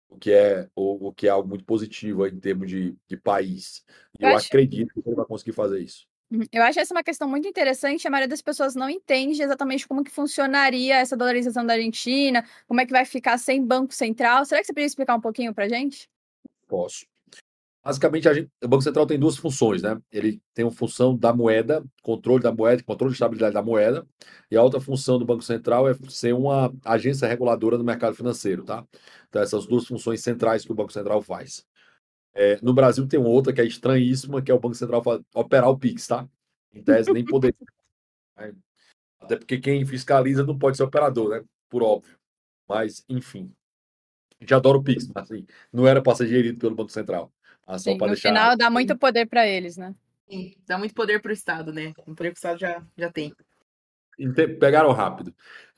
o que é algo muito positivo aí em termos de país. E Eu eu acho, acredito que ele vai conseguir fazer isso. eu acho essa uma questão muito interessante. A maioria das pessoas não entende exatamente como que funcionaria essa dolarização da Argentina, como é que vai ficar sem Banco Central. Será que você poderia explicar um pouquinho pra gente? Posso. Basicamente, o Banco Central tem duas funções, né? Ele tem uma função da moeda, controle da moeda, controle de estabilidade da moeda, e a outra função do Banco Central é ser uma agência reguladora do mercado financeiro, tá? Então, essas duas funções centrais que o Banco Central faz. No Brasil tem outra que é estranhíssima, que é o Banco Central operar o Pix, tá? Em tese, nem poder. Né? Até porque quem fiscaliza não pode ser operador, né? Por óbvio. Mas, enfim. A gente adora o Pix, mas assim, não era para ser gerido pelo Banco Central. Só Sim, para no deixar. final dá muito poder pra eles, né? Sim, dá muito poder pro Estado, né? O poder que o Estado já tem. Pegaram rápido.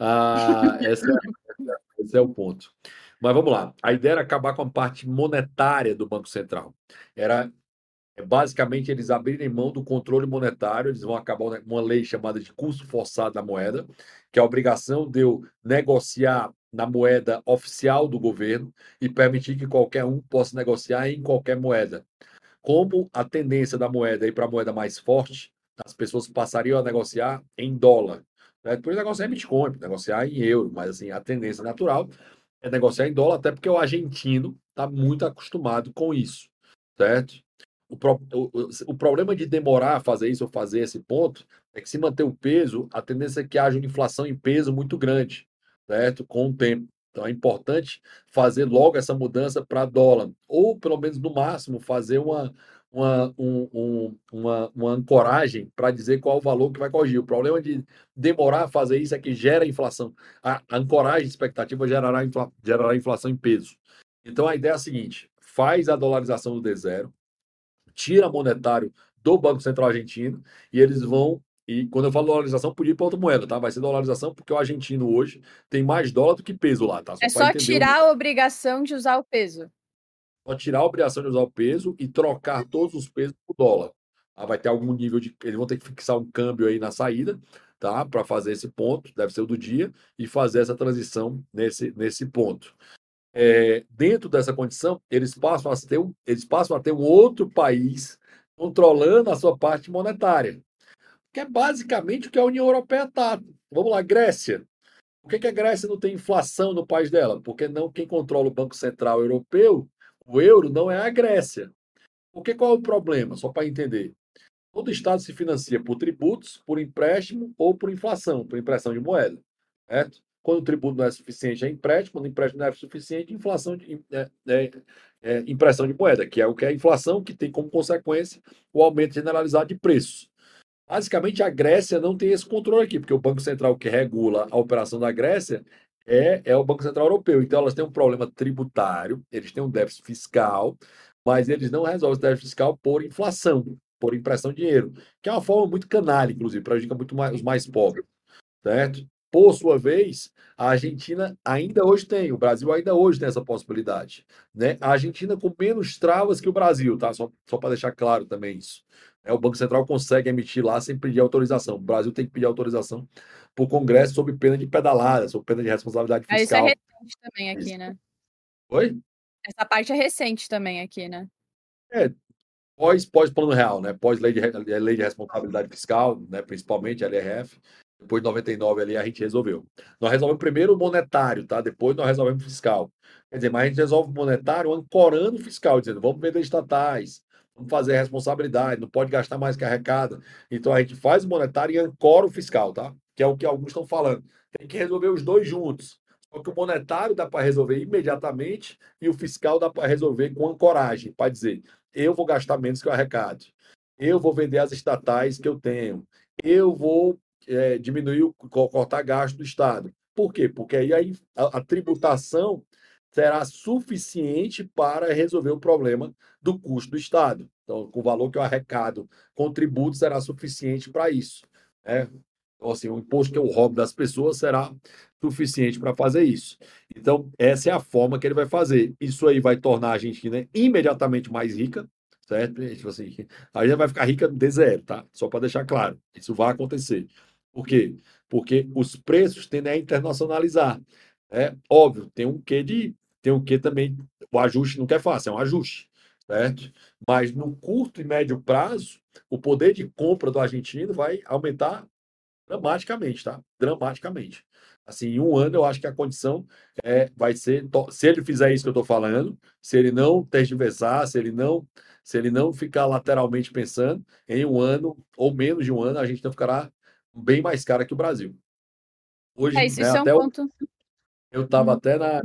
Esse é o ponto. Mas vamos lá. A ideia era acabar com a parte monetária do Banco Central. Era É basicamente eles abrirem mão do controle monetário, eles vão acabar uma lei chamada de custo forçado da moeda, que é a obrigação de eu negociar na moeda oficial do governo e permitir que qualquer um possa negociar em qualquer moeda. Como a tendência da moeda é ir para a moeda mais forte, as pessoas passariam a negociar em dólar. Né? Depois negociar em Bitcoin, negociar em euro, mas assim, a tendência natural é negociar em dólar, até porque o argentino está muito acostumado com isso, certo? O problema de demorar a fazer isso ou fazer esse ponto é que, se manter o peso, a tendência é que haja uma inflação em peso muito grande, certo? Com o tempo. Então, é importante fazer logo essa mudança para dólar, ou pelo menos no máximo fazer uma ancoragem para dizer qual o valor que vai corrigir. O problema de demorar a fazer isso é que gera inflação. A ancoragem de expectativa gerará inflação em peso. Então, a ideia é a seguinte: faz a dolarização do D0, tira monetário do Banco Central Argentino e eles vão. E quando eu falo dolarização, podia ir para outra moeda, tá? Vai ser dolarização porque o argentino hoje tem mais dólar do que peso lá, tá? É só tirar a obrigação de usar o peso. Só tirar a obrigação de usar o peso e trocar todos os pesos por dólar. Vai ter algum nível de. Eles vão ter que fixar um câmbio aí na saída, tá? Para fazer esse ponto, deve ser o do dia, e fazer essa transição nesse ponto. Dentro dessa condição, eles passam a ter um outro país controlando a sua parte monetária, que é basicamente o que a União Europeia está. Vamos lá, Grécia. Por que a Grécia não tem inflação no país dela? Porque não quem controla o Banco Central Europeu, o euro, não é a Grécia. Porque qual é o problema? Só para entender. Todo Estado se financia por tributos, por empréstimo ou por inflação, por impressão de moeda, certo? Quando o tributo não é suficiente, é empréstimo. Quando o empréstimo não é suficiente, inflação impressão de moeda, que é a inflação, que tem como consequência o aumento generalizado de preços. Basicamente, a Grécia não tem esse controle aqui, porque o Banco Central que regula a operação da Grécia é o Banco Central Europeu. Então, elas têm um problema tributário, eles têm um déficit fiscal, mas eles não resolvem esse déficit fiscal por inflação, por impressão de dinheiro, que é uma forma muito canalha, inclusive, prejudica muito mais os mais pobres, certo? Por sua vez, a Argentina ainda hoje tem, o Brasil ainda hoje tem essa possibilidade, né? A Argentina com menos travas que o Brasil, tá? Só para deixar claro também isso. O Banco Central consegue emitir lá sem pedir autorização. O Brasil tem que pedir autorização para o Congresso sob pena de pedalada, sob pena de responsabilidade fiscal. Isso é recente também aqui, né? Oi? Essa parte é recente também aqui, né? Pós-plano real, né? Pós-lei de responsabilidade fiscal, né? Principalmente a LRF. Depois de 99 ali a gente resolveu. Nós resolvemos primeiro o monetário, tá? Depois nós resolvemos o fiscal. Quer dizer, mas a gente resolve o monetário ancorando o fiscal, dizendo, vamos vender estatais, vamos fazer responsabilidade, não pode gastar mais que arrecada. Então a gente faz o monetário e ancora o fiscal, tá? Que é o que alguns estão falando. Tem que resolver os dois juntos. Só que o monetário dá para resolver imediatamente e o fiscal dá para resolver com ancoragem, para dizer, eu vou gastar menos que o arrecado, eu vou vender as estatais que eu tenho, eu vou diminuir, cortar gasto do Estado. Por quê? Porque aí a tributação será suficiente para resolver o problema do custo do Estado. Então, com o valor que eu arrecado com tributo, será suficiente para isso. Né? Então, assim, o imposto que eu roubo das pessoas será suficiente para fazer isso. Então, essa é a forma que ele vai fazer. Isso aí vai tornar a Argentina imediatamente mais rica, certo? Tipo assim, a gente vai ficar rica de zero, tá? Só para deixar claro, isso vai acontecer. Por quê? Porque os preços tendem a internacionalizar. É óbvio, tem um quê também, o ajuste não é fácil, é um ajuste, certo? Mas no curto e médio prazo, o poder de compra do argentino vai aumentar dramaticamente, tá? Dramaticamente. Assim, em um ano, eu acho que a condição vai ser, se ele fizer isso que eu estou falando, se ele não tergiversar, se ele não ficar lateralmente pensando, em um ano ou menos de um ano, a gente não ficará bem mais cara que o Brasil. Hoje, Isso é um ponto. Eu estava até na.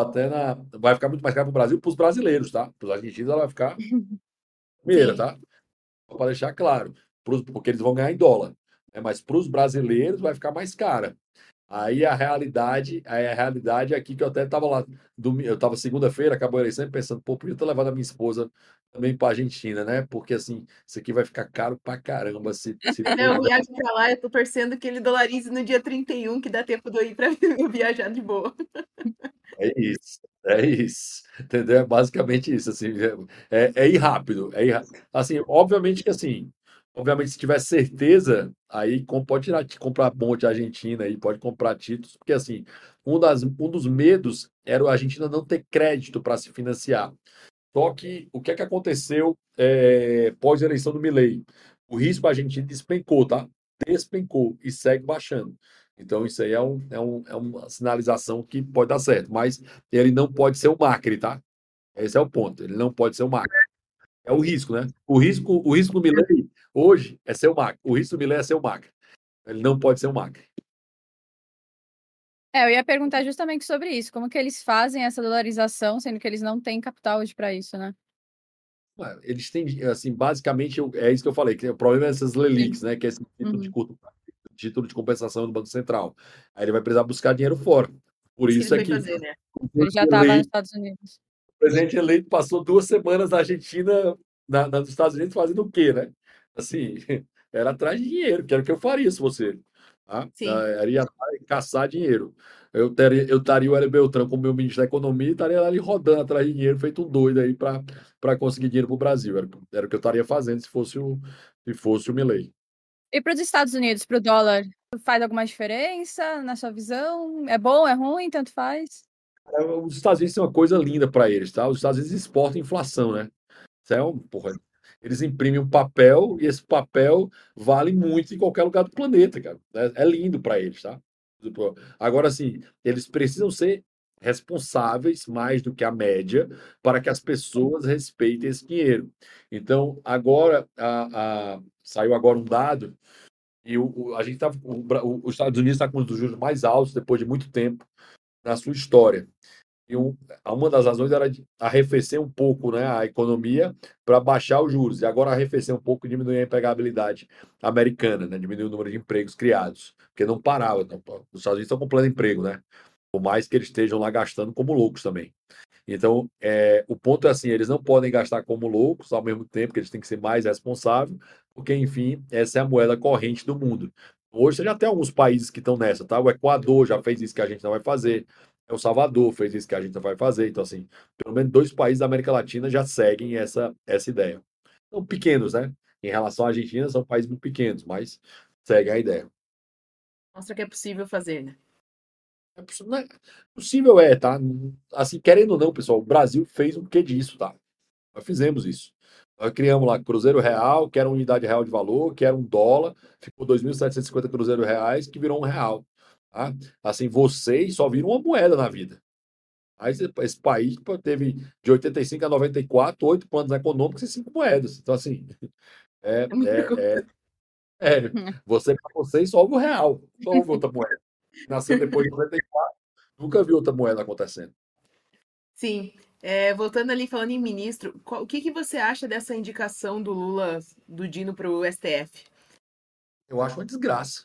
Vai ficar muito mais caro para o Brasil, para os brasileiros, tá? Para os argentinos, ela vai ficar primeira, tá? Só para deixar claro. Porque eles vão ganhar em dólar. Né? Mas para os brasileiros vai ficar mais cara. Aí a realidade é aqui que eu até estava lá. Eu estava segunda-feira, acabou a eleição, pensando, pô, podia ter levado a minha esposa também para a Argentina, né? Porque assim, isso aqui vai ficar caro pra caramba. Se Eu viajo para lá, eu tô torcendo que ele dolarize no dia 31, que dá tempo de eu ir para viajar de boa. É isso. É isso, entendeu? É basicamente isso, assim, é ir rápido, assim, obviamente que assim, obviamente se tiver certeza, aí pode comprar ponte Argentina aí, pode comprar títulos, porque assim, um dos medos era a Argentina não ter crédito para se financiar. Só que o que é que aconteceu pós-eleição do Milei? O risco argentino despencou, tá? Despencou e segue baixando. Então, isso aí é uma sinalização que pode dar certo, mas ele não pode ser o Macri, tá? Esse é o ponto. Ele não pode ser o Macri. É o risco, né? O risco do Milei hoje é ser o Macri. O risco do Milei é ser o Macri. Ele não pode ser o Macri. Eu ia perguntar justamente sobre isso. Como que eles fazem essa dolarização, sendo que eles não têm capital hoje para isso, né? Eles têm, assim, basicamente, é isso que eu falei, que o problema é essas LELIQs, Sim. né? Que é esse título de Uhum. curto prazo, título de compensação do Banco Central. Aí ele vai precisar buscar dinheiro fora. Por Isso que ele isso é foi que fazer, né? o Ele já estava nos Estados Unidos. presidente eleito passou 2 semanas na Argentina, nos Estados Unidos, fazendo o quê, né? Assim, era atrás de dinheiro, que era o que eu faria se você. Tá? Sim. Era ir caçar dinheiro. Eu estaria o Hélio Beltrão como meu ministro da Economia e estaria ali rodando atrás de dinheiro, feito um doido aí para conseguir dinheiro para o Brasil. Era o que eu estaria fazendo se fosse o Milei. E para os Estados Unidos, para o dólar, faz alguma diferença na sua visão? É bom, é ruim, tanto faz? Os Estados Unidos têm uma coisa linda para eles, tá? Os Estados Unidos exportam inflação, né? Isso é porra, eles imprimem um papel e esse papel vale muito em qualquer lugar do planeta, cara. É lindo para eles, tá? Tipo, agora, assim, eles precisam ser responsáveis mais do que a média para que as pessoas respeitem esse dinheiro. Então, agora, saiu agora um dado e a gente tá, os Estados Unidos está com os juros mais altos depois de muito tempo na sua história. E uma das razões era de arrefecer um pouco, né, a economia para baixar os juros. E agora arrefecer um pouco e diminuir a empregabilidade americana, né, diminuir o número de empregos criados. Porque não parava. Então, os Estados Unidos estão com pleno emprego, né? Por mais que eles estejam lá gastando como loucos também. Então, o ponto é assim, eles não podem gastar como loucos, ao mesmo tempo que eles têm que ser mais responsáveis, porque, enfim, essa é a moeda corrente do mundo. Hoje você já tem alguns países que estão nessa, tá? O Equador já fez isso que a gente não vai fazer, El Salvador fez isso que a gente não vai fazer. Então, assim, pelo menos 2 países da América Latina já seguem essa ideia. São pequenos, né? Em relação à Argentina, são países muito pequenos, mas seguem a ideia. Mostra que é possível fazer, né? Não é possível, tá? Assim, querendo ou não, pessoal, o Brasil fez um quê disso, tá? Nós fizemos isso. Nós criamos lá Cruzeiro Real, que era uma unidade real de valor, que era um dólar, ficou 2.750 Cruzeiro Reais, que virou R$ 1. Tá? Assim, vocês só viram uma moeda na vida. Aí esse país teve de 85 a 94, 8 planos econômicos e 5 moedas. Então, assim, é, É muita é, coisa. é sério. Para vocês, só houve o real. Só houve outra moeda. Nasceu depois de 94, nunca vi outra moeda acontecendo. Sim. Voltando ali, falando em ministro, o que que você acha dessa indicação do Lula, do Dino, para o STF? Eu acho uma desgraça.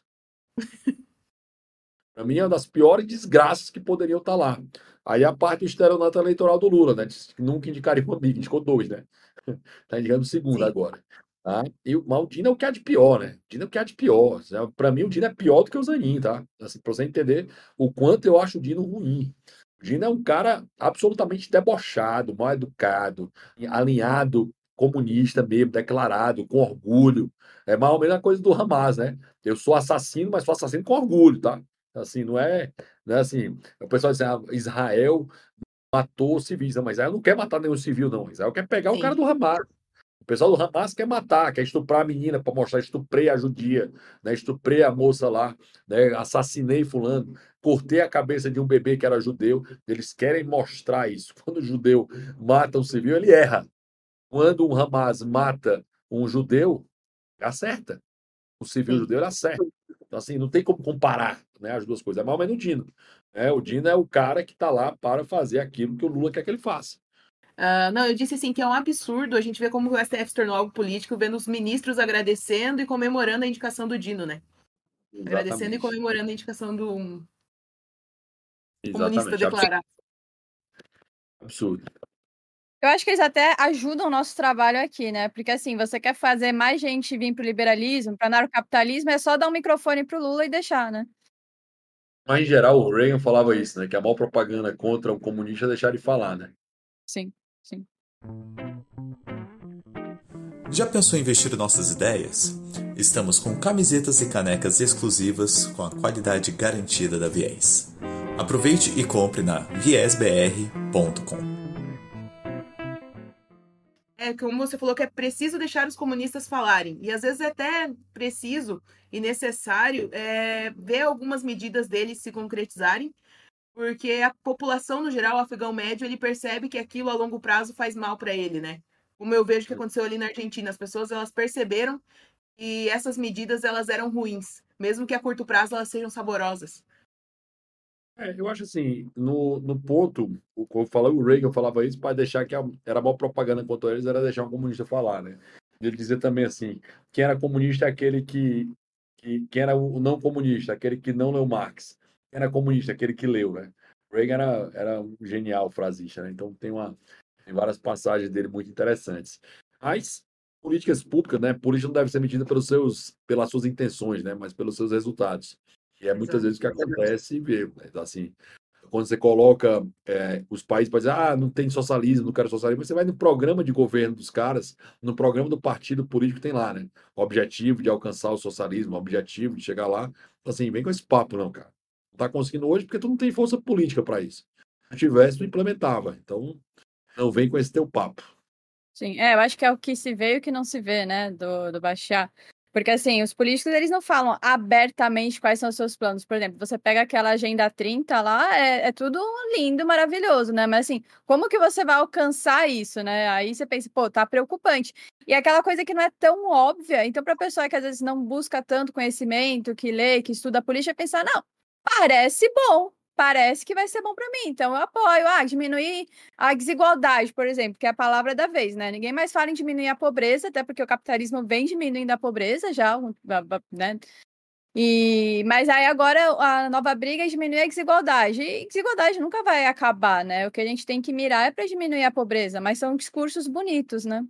Para mim, é uma das piores desgraças que poderiam estar lá. Aí a parte do estelionato eleitoral do Lula, né? Disse que nunca indicaria um amigo, indicou 2, né? Tá indicando o segundo Sim. agora. Tá? Mas o Dino é o que há de pior, né? O Dino é o que há de pior. Para mim, o Dino é pior do que o Zanin, tá? Assim, para você entender o quanto eu acho o Dino ruim. O Dino é um cara absolutamente debochado, mal educado, alinhado, comunista mesmo, declarado, com orgulho. É mais ou menos a coisa do Hamas, né? Eu sou assassino, mas sou assassino com orgulho, tá? Assim, não é assim. O pessoal diz assim, Israel matou civis. Não, mas Israel não quer matar nenhum civil, não. Israel quer pegar o cara Sim. do Hamas. O pessoal do Hamas quer matar, quer estuprar a menina para mostrar estuprei a judia, né? Estuprei a moça lá, né? Assassinei fulano, cortei a cabeça de um bebê que era judeu. Eles querem mostrar isso. Quando o judeu mata um civil, ele erra. Quando um Hamas mata um judeu, acerta. O civil Sim. judeu era certo. Então, assim, não tem como comparar, né, as duas coisas. É mais ou menos o Dino. O Dino é o cara que está lá para fazer aquilo que o Lula quer que ele faça. Não, eu disse assim que é um absurdo a gente ver como o STF se tornou algo político, vendo os ministros agradecendo e comemorando a indicação do Dino, né? Agradecendo e Exatamente. comemorando a indicação do comunista Exatamente. declarado. Absurdo. Eu acho que eles até ajudam o nosso trabalho aqui, né? Porque assim, você quer fazer mais gente vir para o liberalismo, para anarcocapitalismo, é só dar um microfone para o Lula e deixar, né? Mas, em geral, o Reagan falava isso, né? Que a maior propaganda contra o comunista é deixar de falar, né? Sim, sim. Já pensou em investir nossas ideias? Estamos com camisetas e canecas exclusivas com a qualidade garantida da Viés. Aproveite e compre na viesbr.com. Como você falou, que é preciso deixar os comunistas falarem. E às vezes é até preciso e necessário ver algumas medidas deles se concretizarem, porque a população, no geral, o afegão médio, ele percebe que aquilo a longo prazo faz mal para ele, né? Como eu vejo que aconteceu ali na Argentina, as pessoas elas perceberam que essas medidas elas eram ruins, mesmo que a curto prazo elas sejam saborosas. Eu acho assim, no ponto, como eu falei, o Reagan falava isso para deixar que era a maior propaganda contra eles, era deixar um comunista falar, né? Ele dizia também assim, quem era comunista é aquele quem era o não comunista, aquele que não leu Marx. Quem era comunista, aquele que leu, né? Reagan era um genial frasista, né? Então tem várias passagens dele muito interessantes. Mas políticas públicas, né? Política não deve ser medida pelas suas intenções, né? Mas pelos seus resultados. E é muitas Exato. vezes o que acontece, então, assim, quando você coloca os países para dizer, não tem socialismo, não quero socialismo, você vai no programa de governo dos caras, no programa do partido político tem lá, né? O objetivo de alcançar o socialismo, o objetivo de chegar lá. Então, assim, vem com esse papo, não, cara. Não tá conseguindo hoje porque tu não tem força política para isso. Se tivesse, tu implementava. Então, não vem com esse teu papo. Sim, eu acho que é o que se vê e o que não se vê, né, do Bashar. Porque, assim, os políticos, eles não falam abertamente quais são os seus planos. Por exemplo, você pega aquela Agenda 30 lá, é tudo lindo, maravilhoso, né? Mas, assim, como que você vai alcançar isso, né? Aí você pensa, pô, tá preocupante. E é aquela coisa que não é tão óbvia. Então, pra pessoa que, às vezes, não busca tanto conhecimento, que lê, que estuda política, pensar, não, parece bom. Parece que vai ser bom para mim, então eu apoio. Diminuir a desigualdade, por exemplo, que é a palavra da vez, né? Ninguém mais fala em diminuir a pobreza, até porque o capitalismo vem diminuindo a pobreza já, né? Mas aí agora a nova briga é diminuir a desigualdade. E desigualdade nunca vai acabar, né? O que a gente tem que mirar é para diminuir a pobreza, mas são discursos bonitos, né?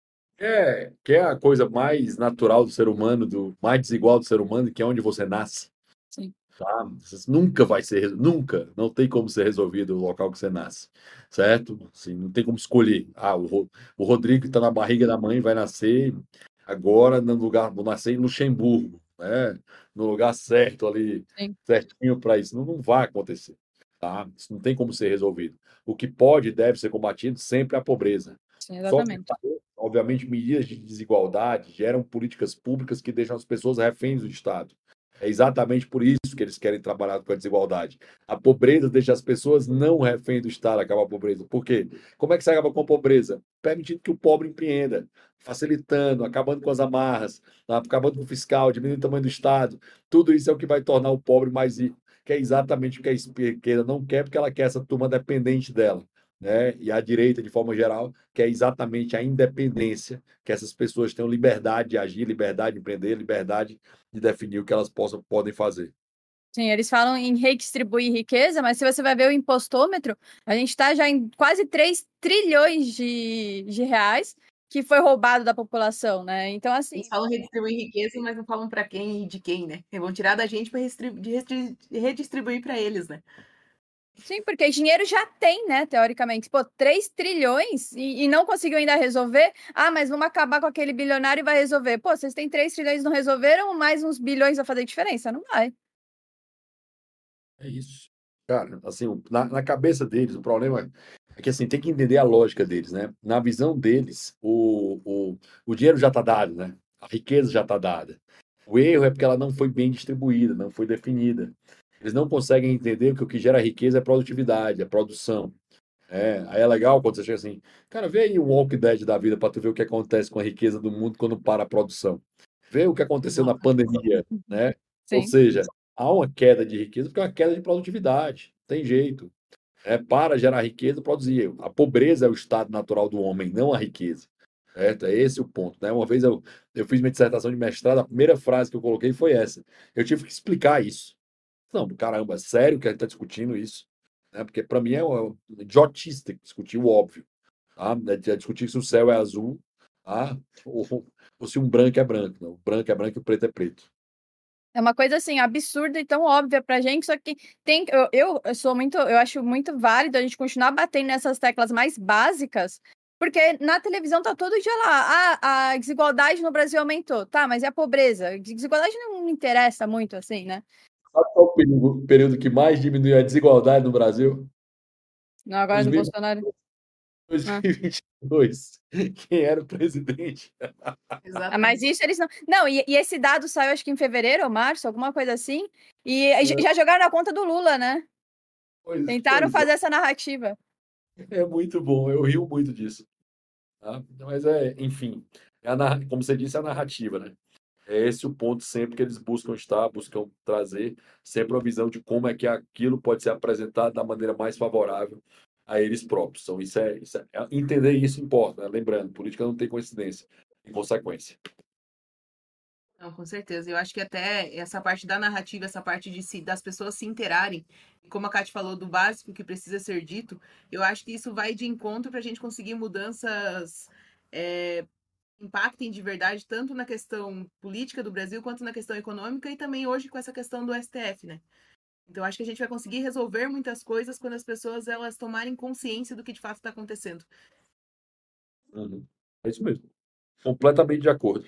Que é a coisa mais natural do ser humano, mais desigual do ser humano, que é onde você nasce. Sim. Tá? Isso nunca vai ser, nunca, não tem como ser resolvido o local que você nasce, certo? Assim, não tem como escolher. O Rodrigo que está na barriga da mãe vai nascer agora no lugar, vou nascer em Luxemburgo, né? No lugar certo ali, Sim, certinho para isso. Não, não vai acontecer, tá? Isso não tem como ser resolvido. O que pode e deve ser combatido sempre é a pobreza. sim, Só que, exatamente. obviamente, medidas de desigualdade geram políticas públicas que deixam as pessoas reféns do Estado. É exatamente por isso que eles querem trabalhar com a desigualdade. A pobreza deixa as pessoas não refém do Estado, acaba a pobreza. Por quê? Como é que se acaba com a pobreza? Permitindo que o pobre empreenda, facilitando, acabando com as amarras, acabando com o fiscal, diminuindo o tamanho do Estado. Tudo isso é o que vai tornar o pobre mais rico, que é exatamente o que a esquerda não quer, porque ela quer essa turma dependente dela. Né? E a direita, de forma geral, quer exatamente a independência, que essas pessoas tenham liberdade de agir, liberdade de empreender, liberdade de definir o que elas podem fazer. Sim, eles falam em redistribuir riqueza, mas se você vai ver o impostômetro, a gente está já em quase 3 trilhões de reais que foi roubado da população, né? Então, assim. Eles falam redistribuir riqueza, mas não falam para quem e de quem, né? Eles vão tirar da gente para redistribuir para eles, né? Sim, porque dinheiro já tem, né, teoricamente. Pô, 3 trilhões e não conseguiu ainda resolver. Mas vamos acabar com aquele bilionário e vai resolver. Pô, vocês têm 3 trilhões e não resolveram, mais uns bilhões vai fazer diferença? Não vai. É isso. Cara, assim, na cabeça deles, o problema é que, assim, tem que entender a lógica deles, né? Na visão deles, o dinheiro já está dado, né? A riqueza já está dada. O erro é porque ela não foi bem distribuída, não foi definida. Eles não conseguem entender que o que gera riqueza é produtividade, é produção. Aí é legal quando você chega assim, cara, vê aí um Walking Dead da vida para tu ver o que acontece com a riqueza do mundo quando para a produção. Vê o que aconteceu na pandemia, né? Ou Sim. seja, há uma queda de riqueza porque é uma queda de produtividade. Tem jeito. Para gerar riqueza, produzir. A pobreza é o estado natural do homem, não a riqueza. Certo? É esse o ponto, né? Uma vez eu fiz minha dissertação de mestrado, a primeira frase que eu coloquei foi essa. Eu tive que explicar isso. Não, caramba, é sério que a gente está discutindo isso? Porque para mim é uma idiotice discutir o óbvio. Tá? É discutir se o céu é azul, tá? ou se um branco é branco. Não. O branco é branco e o preto é preto. É uma coisa assim absurda e tão óbvia pra gente, só que eu acho muito válido a gente continuar batendo nessas teclas mais básicas, porque na televisão tá todo dia lá, a desigualdade no Brasil aumentou, tá, mas e a pobreza? A desigualdade não me interessa muito assim, né? Sabe qual é o período que mais diminuiu a desigualdade no Brasil? Não, agora do Bolsonaro. 2022. Quem era o presidente? Mas isso eles não. Não, e esse dado saiu acho que em fevereiro ou março, alguma coisa assim. E já jogaram na conta do Lula, né? Tentaram fazer essa narrativa. É muito bom, eu rio muito disso. Tá? Mas enfim, como você disse, é a narrativa, né? É esse o ponto sempre que eles buscam trazer sempre uma visão de como é que aquilo pode ser apresentado da maneira mais favorável a eles próprios. Então, entender isso importa, né? Lembrando, política não tem coincidência, tem consequência. Não, com certeza. Eu acho que até essa parte da narrativa, essa parte das pessoas se interarem, e como a Kate falou do básico que precisa ser dito, eu acho que isso vai de encontro para a gente conseguir mudanças que impactem de verdade, tanto na questão política do Brasil, quanto na questão econômica, e também hoje com essa questão do STF, né? Então, acho que a gente vai conseguir resolver muitas coisas quando as pessoas elas tomarem consciência do que de fato está acontecendo. É isso mesmo. Completamente de acordo.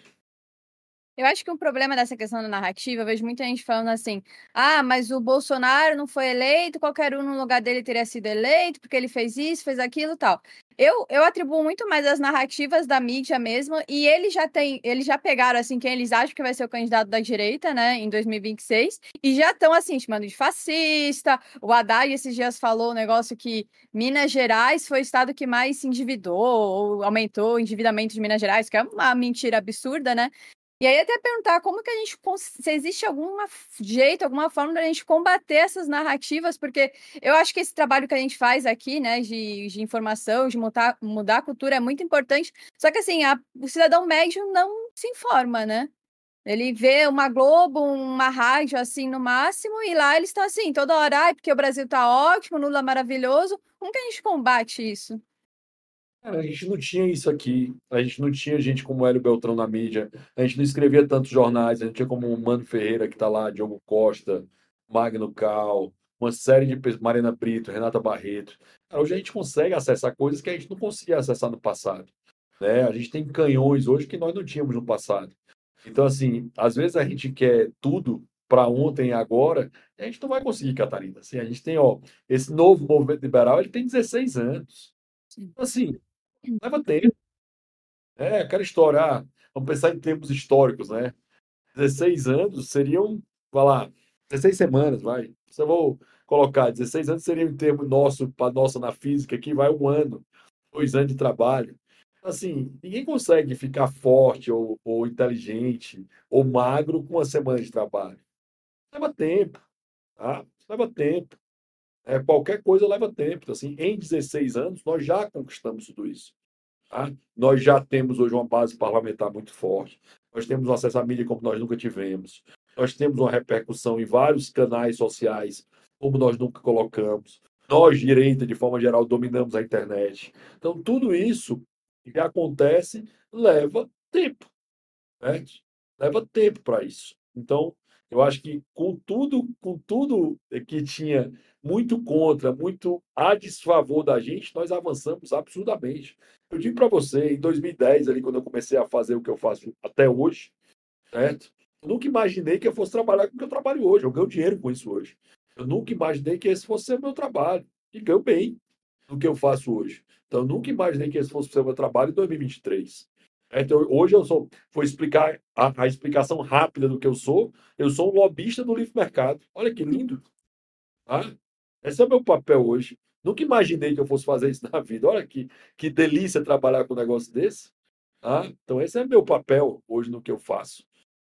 Eu acho que um problema dessa questão da narrativa, eu vejo muita gente falando assim: ah, mas o Bolsonaro não foi eleito, qualquer um no lugar dele teria sido eleito, porque ele fez isso, fez aquilo e tal. Eu atribuo muito mais as narrativas da mídia mesmo, e eles já pegaram assim quem eles acham que vai ser o candidato da direita, né, em 2026, e já estão assim, chamando de fascista. O Haddad esses dias falou um negócio que Minas Gerais foi o estado que mais se endividou, ou aumentou o endividamento de Minas Gerais, que é uma mentira absurda, né? E aí até perguntar como que a gente, se existe algum jeito, alguma forma da gente combater essas narrativas, porque eu acho que esse trabalho que a gente faz aqui, né, de informação, de mudar a cultura é muito importante, só que assim, o cidadão médio não se informa, né? Ele vê uma Globo, uma rádio, assim, no máximo, e lá eles estão assim, toda hora, ai, porque o Brasil tá ótimo, Lula maravilhoso. Como que a gente combate isso? Cara, a gente não tinha isso aqui, a gente não tinha gente como Hélio Beltrão na mídia, a gente não escrevia tantos jornais, a gente tinha como o Mano Ferreira, que está lá, Diogo Costa, Magno Cal, uma série de pessoas, Marina Brito, Renata Barreto. Cara, hoje a gente consegue acessar coisas que a gente não conseguia acessar no passado, né? A gente tem canhões hoje que nós não tínhamos no passado. Então, assim, às vezes a gente quer tudo para ontem e agora, e a gente não vai conseguir, Catarina. Assim, a gente tem, esse novo movimento liberal, ele tem 16 anos. Então, assim, leva tempo. Aquela história, vamos pensar em termos históricos, né? 16 anos seriam, vai lá, 16 semanas, vai. Se eu vou colocar 16 anos, seria um termo nosso, para nossa na física, que vai 1 ano, 2 anos de trabalho. Assim, ninguém consegue ficar forte ou inteligente ou magro com 1 semana de trabalho. Leva tempo, tá? Leva tempo. Qualquer coisa leva tempo. Então, assim, em 16 anos, nós já conquistamos tudo isso. Tá? Nós já temos hoje uma base parlamentar muito forte. Nós temos um acesso à mídia como nós nunca tivemos. Nós temos uma repercussão em vários canais sociais como nós nunca colocamos. Nós, direita, de forma geral, dominamos a internet. Então, tudo isso que acontece leva tempo. Né? Leva tempo para isso. Então, eu acho que com tudo que tinha muito contra, muito a desfavor da gente, nós avançamos absurdamente. Eu digo para você, em 2010, ali, quando eu comecei a fazer o que eu faço até hoje, certo? Eu nunca imaginei que eu fosse trabalhar com o que eu trabalho hoje. Eu ganho dinheiro com isso hoje. Eu nunca imaginei que esse fosse ser o meu trabalho. E ganho bem no que eu faço hoje. Então, eu nunca imaginei que esse fosse ser o meu trabalho em 2023. Então, hoje vou explicar a explicação rápida do que eu sou um lobista do livre mercado. Olha que lindo. Tá? Esse é o meu papel hoje. Nunca imaginei que eu fosse fazer isso na vida. Olha que delícia trabalhar com um negócio desse. Tá? Então, esse é meu papel hoje no que eu faço.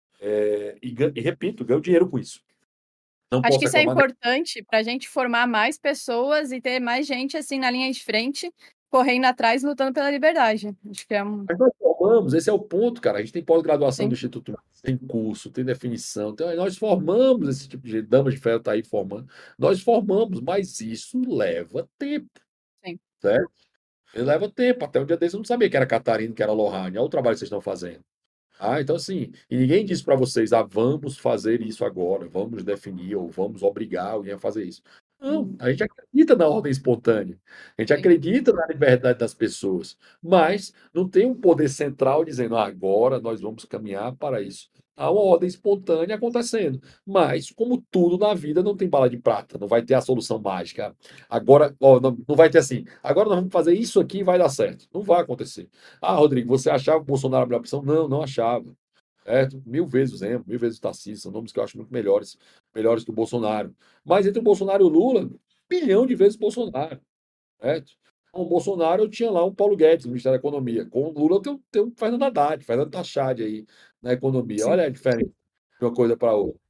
E repito, ganho dinheiro com isso. Não Acho posso que isso é reclamar. importante para a gente formar mais pessoas e ter mais gente assim na linha de frente, correndo atrás, lutando pela liberdade. Acho que é um. Mas nós formamos, esse é o ponto, cara. A gente tem pós-graduação Sim. do Instituto, tem curso, tem definição. Então, nós formamos esse tipo de Damas de Ferro está aí formando. Nós formamos, mas isso leva tempo. Sim. Certo? Ele leva tempo. Até um dia desse eu não sabia que era Catarina, que era Lohane. Olha o trabalho que vocês estão fazendo. Então, assim, e ninguém disse para vocês, vamos fazer isso agora, vamos definir ou vamos obrigar alguém a fazer isso. Não, a gente acredita na ordem espontânea, a gente Sim. acredita na liberdade das pessoas, mas não tem um poder central dizendo, agora nós vamos caminhar para isso. Há uma ordem espontânea acontecendo, mas, como tudo na vida, não tem bala de prata, não vai ter a solução mágica. Agora, ó, não vai ter assim, agora nós vamos fazer isso aqui e vai dar certo. Não vai acontecer. Rodrigo, você achava o Bolsonaro a melhor opção? Não, não achava. Mil vezes o Zema, mil vezes o Tarcísio, são nomes que eu acho muito melhores, melhores que o Bolsonaro. Mas entre o Bolsonaro e o Lula, bilhão de vezes o Bolsonaro. Certo? Com o Bolsonaro eu tinha lá um Paulo Guedes no Ministério da Economia. Com o Lula eu tenho um Fernando Haddad, Fernando Taxad aí na economia. Sim. Olha a diferença de uma coisa para outra.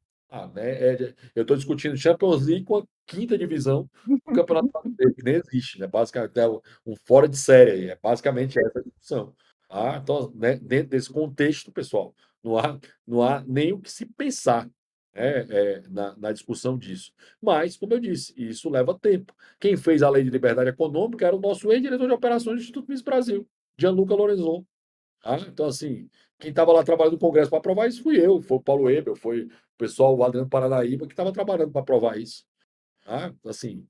Eu estou discutindo Champions League com a quinta divisão do Campeonato Brasileiro, que nem existe, né? Basicamente, é um fora de série aí. É basicamente essa a discussão. Então, né, dentro desse contexto, pessoal, não há nem o que se pensar na discussão disso. Mas, como eu disse, isso leva tempo. Quem fez a Lei de Liberdade Econômica era o nosso ex-diretor de operações do Instituto Miss Brasil, Gianluca Lorenzon. Então, assim, quem estava lá trabalhando no Congresso para aprovar isso fui eu, foi o Paulo Ebel, foi o pessoal, o Adriano Paranaíba, que estava trabalhando para aprovar isso. Assim,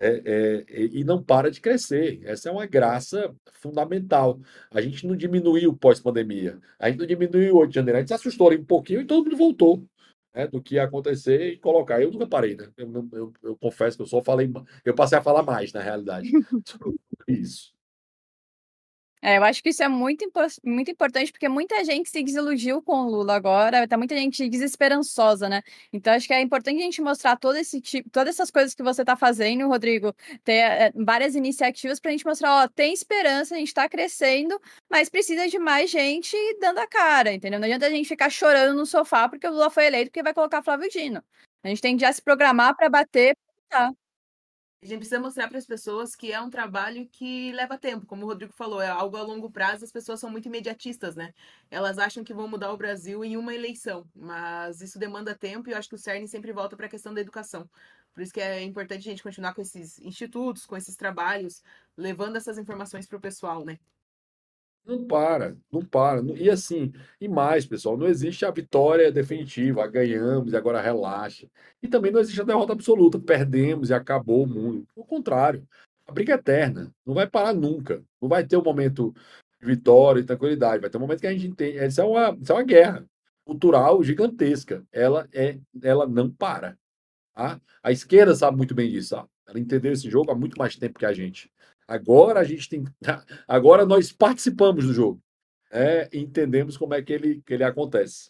e não para de crescer. Essa é uma graça fundamental. A gente não diminuiu pós-pandemia, a gente não diminuiu o 8 de janeiro, a gente se assustou ali um pouquinho e todo mundo voltou. Do que ia acontecer e colocar. Eu nunca parei, né? Eu confesso que eu só falei, eu passei a falar mais, na realidade, sobre isso. Eu acho que isso é muito importante, porque muita gente se desiludiu com o Lula agora, tá muita gente desesperançosa, né? Então, acho que é importante a gente mostrar todas essas coisas que você tá fazendo, Rodrigo, ter várias iniciativas pra gente mostrar, tem esperança, a gente tá crescendo, mas precisa de mais gente dando a cara, entendeu? Não adianta a gente ficar chorando no sofá porque o Lula foi eleito, porque vai colocar Flávio Dino. A gente tem que já se programar para bater. Tá. A gente precisa mostrar para as pessoas que é um trabalho que leva tempo, como o Rodrigo falou, é algo a longo prazo, as pessoas são muito imediatistas, né? Elas acham que vão mudar o Brasil em uma eleição, mas isso demanda tempo e eu acho que o CERN sempre volta para a questão da educação. Por isso que é importante a gente continuar com esses institutos, com esses trabalhos, levando essas informações para o pessoal, né? Não para, não para. E assim, e mais, pessoal, não existe a vitória definitiva, ganhamos e agora relaxa. E também não existe a derrota absoluta, perdemos e acabou o mundo. Ao contrário, a briga é eterna, não vai parar nunca. Não vai ter um momento de vitória e tranquilidade, vai ter um momento que a gente entende. Isso é uma guerra cultural gigantesca. Ela não para. A esquerda sabe muito bem disso. Ela entendeu esse jogo há muito mais tempo que a gente. Agora a gente tem. Agora nós participamos do jogo. E entendemos como é que ele acontece.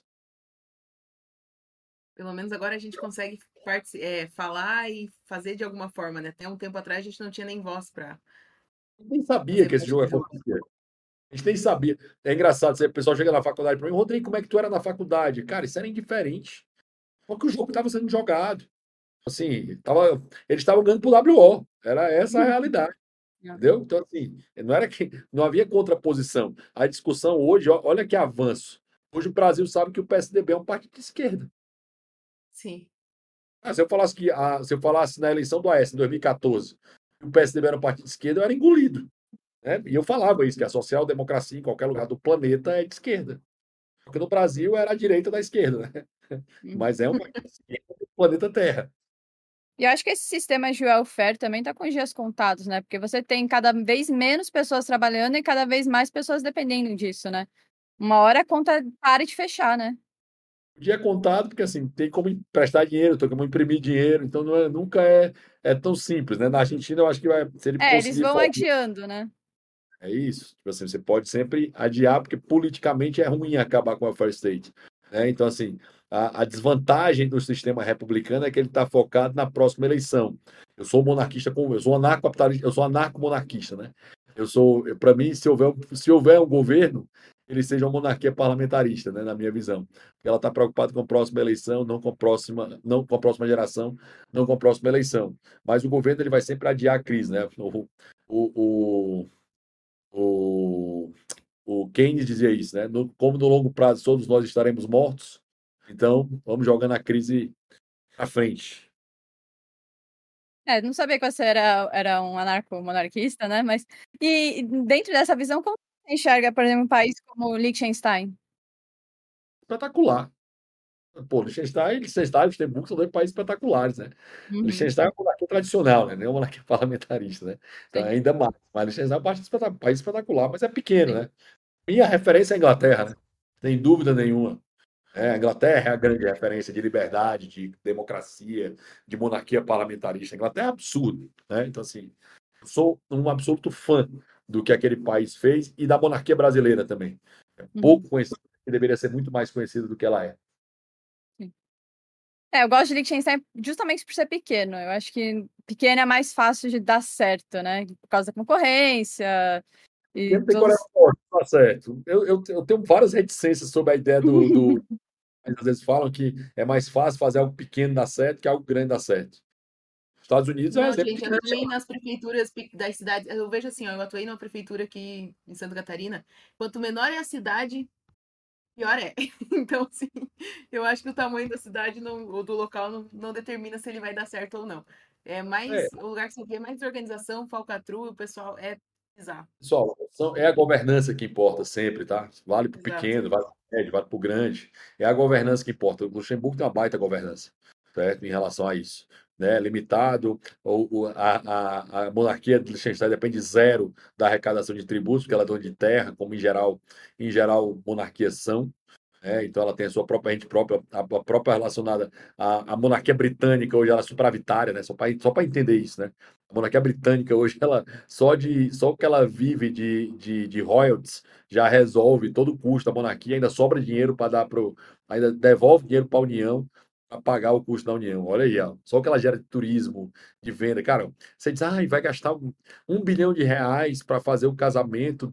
Pelo menos agora a gente consegue falar e fazer de alguma forma, né? Até um tempo atrás a gente não tinha nem voz para Nem sabia fazer que esse parte jogo do jogo. acontecia. A gente nem sabia. É engraçado, o pessoal chega na faculdade para mim, Rodrigo, como é que tu era na faculdade? Cara, isso era indiferente. Porque o jogo estava sendo jogado. Assim, eles estavam ganhando pro WO. Era essa a realidade. Entendeu? Então, assim, não havia contraposição. A discussão hoje, olha que avanço. Hoje o Brasil sabe que o PSDB é um partido de esquerda. Sim. Se eu falasse na eleição do Aécio, em 2014, que o PSDB era um partido de esquerda, eu era engolido. Né? E eu falava isso, que a social-democracia em qualquer lugar do planeta é de esquerda. Porque no Brasil era a direita da esquerda, né? Mas é um partido de esquerda do planeta Terra. E eu acho que esse sistema de welfare também está com os dias contados, né? Porque você tem cada vez menos pessoas trabalhando e cada vez mais pessoas dependendo disso, né? Uma hora a conta para de fechar, né? O dia é contado, porque assim, tem como emprestar dinheiro, tem como imprimir dinheiro, então nunca é tão simples, né? Na Argentina, eu acho que se ele Eles conseguir vão fazer. adiando, né? É isso. Tipo assim, você pode sempre adiar, porque politicamente é ruim acabar com a welfare state. Né? Então, assim, a desvantagem do sistema republicano é que ele está focado na próxima eleição. Eu sou monarquista, eu sou anarcocapitalista, eu sou anarco-monarquista, né? Para mim, se houver um governo, ele seja uma monarquia parlamentarista, né? Na minha visão. Porque ela está preocupada com a próxima eleição, não com a próxima geração, não com a próxima eleição. Mas o governo ele vai sempre adiar a crise, né? O, o, o Keynes dizia isso, né? Como no longo prazo todos nós estaremos mortos, então vamos jogando a crise à frente. Não sabia que você era um anarco-monarquista, né? Mas e dentro dessa visão, como você enxerga, por exemplo, um país como Liechtenstein? espetacular. Pô, Liechtenstein, Luxemburgo são dois países espetaculares, né? Uhum, Liechtenstein é uma monarquia tradicional, né? Não é uma monarquia parlamentarista, né? Então, sim, ainda mais. Mas Liechtenstein é um país espetacular, mas é pequeno, sim. né? Minha referência é a Inglaterra, né? Sem dúvida nenhuma. A Inglaterra é a grande referência de liberdade, de democracia, de monarquia parlamentarista. A Inglaterra é absurdo, né? Então, assim, eu sou um absoluto fã do que aquele país fez e da monarquia brasileira também. É Uhum, pouco conhecida, que deveria ser muito mais conhecida do que ela é. sim. Eu gosto de Liechtenstein justamente por ser pequeno. Eu acho que pequeno é mais fácil de dar certo, né? Por causa da concorrência Porque e não tem Coreia todos. do Norte, tá certo. Eu tenho várias reticências sobre a ideia do. Às vezes falam que é mais fácil fazer algo pequeno dar certo que algo grande dar certo. Estados Unidos é um Não, exemplo gente, de eu atuei nas prefeituras das cidades. Eu vejo assim, ó, eu atuei numa prefeitura aqui em Santa Catarina. Quanto menor é a cidade, pior é. Então, assim, eu acho que o tamanho da cidade ou do local não determina se ele vai dar certo ou não. É é, mais o lugar que você vê mais organização, falcatrua, o pessoal é bizarro. pessoal, é a governança que importa sempre, tá? Vale para o Exato. pequeno, vale para o médio, vale para o grande. É a governança que importa. O Luxemburgo tem uma baita governança, certo? Em relação a isso. Né? Limitado, a monarquia de Liechtenstein depende zero da arrecadação de tributos, porque ela é dona de terra, como em geral monarquias são. Então ela tem a sua própria rede própria, a própria relacionada à monarquia britânica, hoje ela é superavitária, né? Só para entender isso, né? A monarquia britânica hoje, ela só o que ela vive de royalties já resolve todo o custo da monarquia, ainda sobra dinheiro para dar ainda devolve dinheiro para a União para pagar o custo da União. Olha aí, ó. Só o que ela gera de turismo, de venda. Cara, você diz, vai gastar um bilhão de reais para fazer o casamento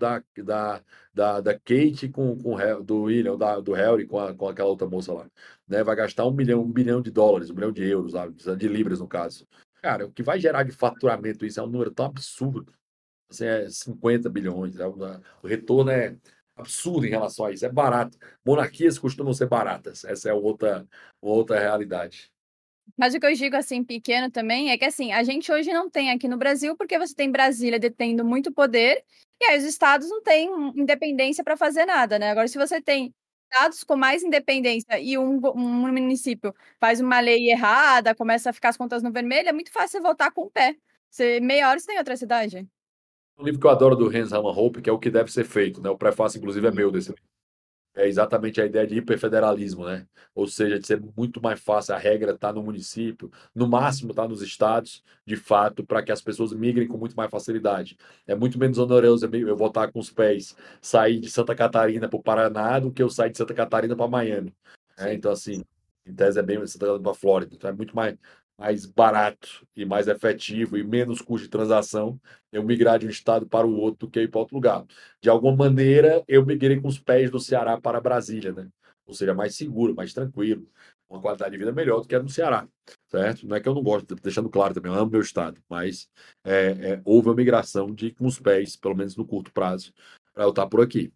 da Kate do William, do Harry com aquela outra moça lá. Né? Vai gastar um bilhão de dólares, 1 bilhão de euros, de libras no caso. Cara, o que vai gerar de faturamento isso é um número tão absurdo. Assim, é 50 bilhões. O retorno é absurdo em relação a isso. É barato. Monarquias costumam ser baratas. Essa é outra realidade. Mas o que eu digo assim, pequeno também, é que assim, a gente hoje não tem aqui no Brasil, porque você tem Brasília detendo muito poder, e aí os estados não têm independência para fazer nada, né? Agora, se você tem estados com mais independência e um município faz uma lei errada, começa a ficar as contas no vermelho, é muito fácil você voltar com o pé. Você, meia hora você tem outra cidade. Um livro que eu adoro do Hans Hermann Hoppe, que é O que Deve Ser Feito, né? O prefácio, inclusive, é meu desse livro. É exatamente a ideia de hiperfederalismo, né? Ou seja, de ser muito mais fácil, a regra está no município, no máximo está nos estados, de fato, para que as pessoas migrem com muito mais facilidade. É muito menos oneroso eu voltar com os pés, sair de Santa Catarina para o Paraná do que eu sair de Santa Catarina para Miami. Sim. Então, assim, em tese é bem Santa Catarina para Flórida. Então, é muito mais barato e mais efetivo e menos custo de transação eu migrar de um estado para o outro do que ir para outro lugar. De alguma maneira, eu migrei com os pés do Ceará para Brasília, né? Ou seja, mais seguro, mais tranquilo, uma qualidade de vida melhor do que a no Ceará, certo? Não é que eu não gosto, deixando claro também, eu amo meu estado, mas houve uma migração de com os pés, pelo menos no curto prazo, para eu estar por aqui.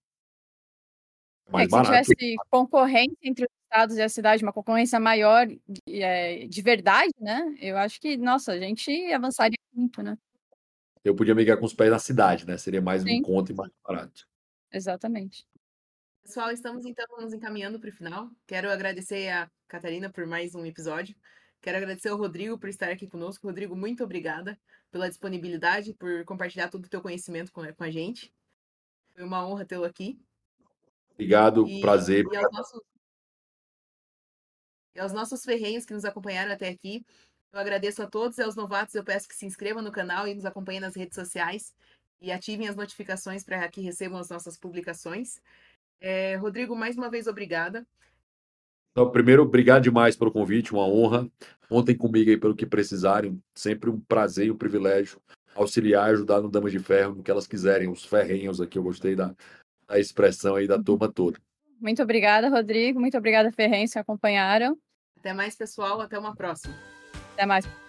É Mais que se barato. tivesse concorrência entre os estados e a cidade, uma concorrência maior de verdade, né? Eu acho que, nossa, a gente avançaria muito, né? Eu podia migrar com os pés na cidade, né? Seria mais em Sim, conta e mais barato. exatamente. Pessoal, estamos então nos encaminhando para o final. Quero agradecer a Catarina por mais um episódio. Quero agradecer ao Rodrigo por estar aqui conosco. Rodrigo, muito obrigada pela disponibilidade, por compartilhar todo o teu conhecimento com a gente. Foi uma honra tê-lo aqui. Obrigado, E, prazer. e aos nossos ferrenhos que nos acompanharam até aqui, eu agradeço a todos e aos novatos eu peço que se inscrevam no canal e nos acompanhem nas redes sociais e ativem as notificações para que recebam as nossas publicações. Rodrigo, mais uma vez, obrigada. Então, primeiro, obrigado demais pelo convite, uma honra. Contem comigo aí pelo que precisarem. Sempre um prazer e um privilégio auxiliar, ajudar no Damas de Ferro, no que elas quiserem. Os ferrenhos aqui, eu gostei da expressão aí da turma toda. Muito obrigada, Rodrigo. Muito obrigada, Ferrense, que acompanharam. Até mais, pessoal. Até uma próxima. Até mais.